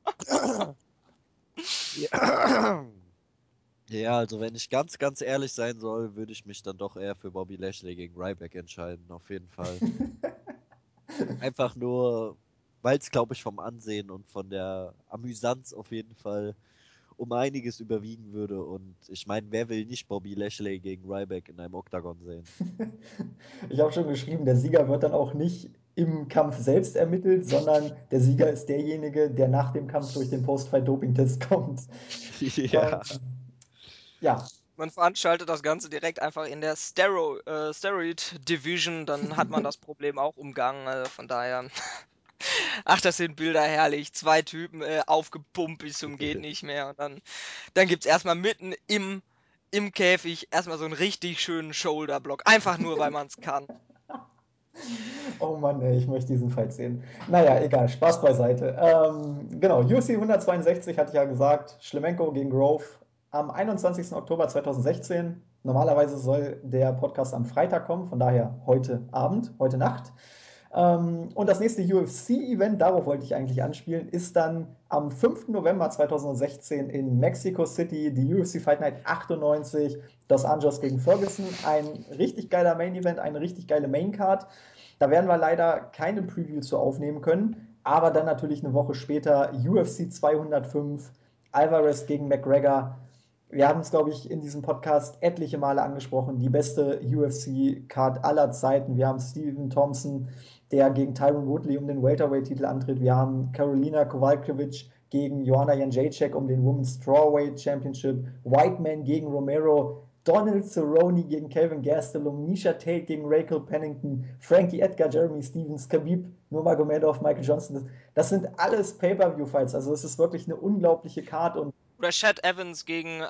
Ja. Ja, also wenn ich ganz, ganz ehrlich sein soll, würde ich mich dann doch eher für Bobby Lashley gegen Ryback entscheiden, auf jeden Fall. Einfach nur, weil es, glaube ich, vom Ansehen und von der Amüsanz auf jeden Fall um einiges überwiegen würde. Und ich meine, wer will nicht Bobby Lashley gegen Ryback in einem Oktagon sehen? Ich habe schon geschrieben, der Sieger wird dann auch nicht im Kampf selbst ermittelt, sondern der Sieger ist derjenige, der nach dem Kampf durch den Post-Fight-Doping-Test kommt. Ja. Ja, Man veranstaltet das Ganze direkt einfach in der Steroid Division, dann hat man das Problem auch umgangen. Von daher, ach, das sind Bilder herrlich. Zwei Typen aufgepumpt bis zum geht nicht mehr. Und dann gibt es erstmal mitten im Käfig erstmal so einen richtig schönen Shoulderblock. Einfach nur, weil man es kann. oh Mann, ey, ich möchte diesen Fight sehen. Naja, egal, Spaß beiseite. Genau, UFC 162 hatte ich ja gesagt, Schlemenko gegen Grove am 21. Oktober 2016. Normalerweise soll der Podcast am Freitag kommen, von daher heute Abend, heute Nacht. Und das nächste UFC-Event, darauf wollte ich eigentlich anspielen, ist dann am 5. November 2016 in Mexico City, die UFC Fight Night 98, Dos Anjos gegen Ferguson. Ein richtig geiler Main-Event, eine richtig geile Main-Card. Da werden wir leider keine Preview zu aufnehmen können, aber dann natürlich eine Woche später UFC 205, Alvarez gegen McGregor. Wir haben es, glaube ich, in diesem Podcast etliche Male angesprochen. Die beste UFC-Card aller Zeiten. Wir haben Stephen Thompson, der gegen Tyron Woodley um den Welterweight-Titel antritt. Wir haben Karolina Kowalkiewicz gegen Joanna Jędrzejczyk um den Women's Strawweight Championship. Whiteman gegen Romero. Donald Cerrone gegen Kelvin Gastelum. Misha Tate gegen Rachel Pennington. Frankie Edgar, Jeremy Stevens, Khabib, Nurmagomedov, Michael Johnson. Das sind alles Pay-Per-View-Fights. Also es ist wirklich eine unglaubliche Card und Rashad Evans gegen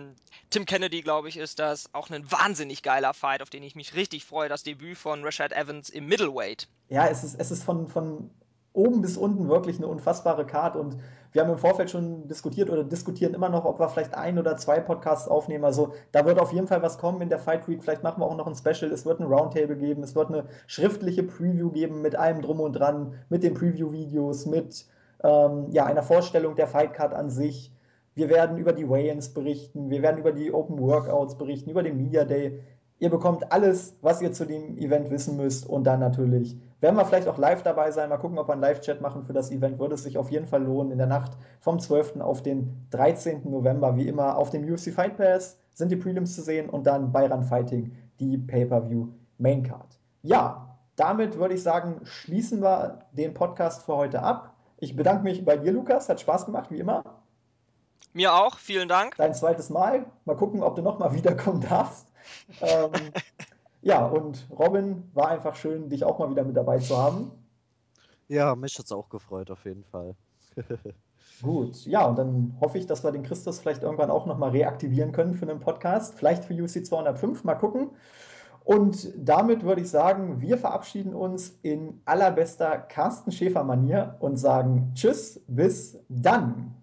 Tim Kennedy, glaube ich, ist das. Auch ein wahnsinnig geiler Fight, auf den ich mich richtig freue. Das Debüt von Rashad Evans im Middleweight. ja, es ist von oben bis unten wirklich eine unfassbare Card und wir haben im Vorfeld schon diskutiert oder diskutieren immer noch, ob wir vielleicht ein oder zwei Podcasts aufnehmen. Also da wird auf jeden Fall was kommen in der Fight Week. Vielleicht machen wir auch noch ein Special. Es wird ein Roundtable geben. Es wird eine schriftliche Preview geben mit allem drum und dran, mit den Preview-Videos, mit ja, einer Vorstellung der Fight Card an sich. Wir werden über die Weigh-ins berichten. Wir werden über die Open Workouts berichten, über den Media Day. Ihr bekommt alles, was ihr zu dem Event wissen müsst und dann natürlich werden wir vielleicht auch live dabei sein. Mal gucken, ob wir einen Live-Chat machen für das Event. Würde es sich auf jeden Fall lohnen. In der Nacht vom 12. auf den 13. November, wie immer, auf dem UFC Fight Pass sind die Prelims zu sehen und dann bei Run Fighting die Pay-Per-View Maincard. Ja, damit würde ich sagen, schließen wir den Podcast für heute ab. Ich bedanke mich bei dir, Lukas. Hat Spaß gemacht, wie immer. Mir auch, vielen Dank. Dein zweites Mal. Mal gucken, ob du nochmal wiederkommen darfst. Ähm, ja, und Robin, war einfach schön, dich auch mal wieder mit dabei zu haben. Ja, mich hat's auch gefreut, auf jeden Fall. Gut, ja, und dann hoffe ich, dass wir den Christus vielleicht irgendwann auch nochmal reaktivieren können für einen Podcast. Vielleicht für UC 205, mal gucken. Und damit würde ich sagen, wir verabschieden uns in allerbester Carsten Schäfer-Manier und sagen Tschüss, bis dann.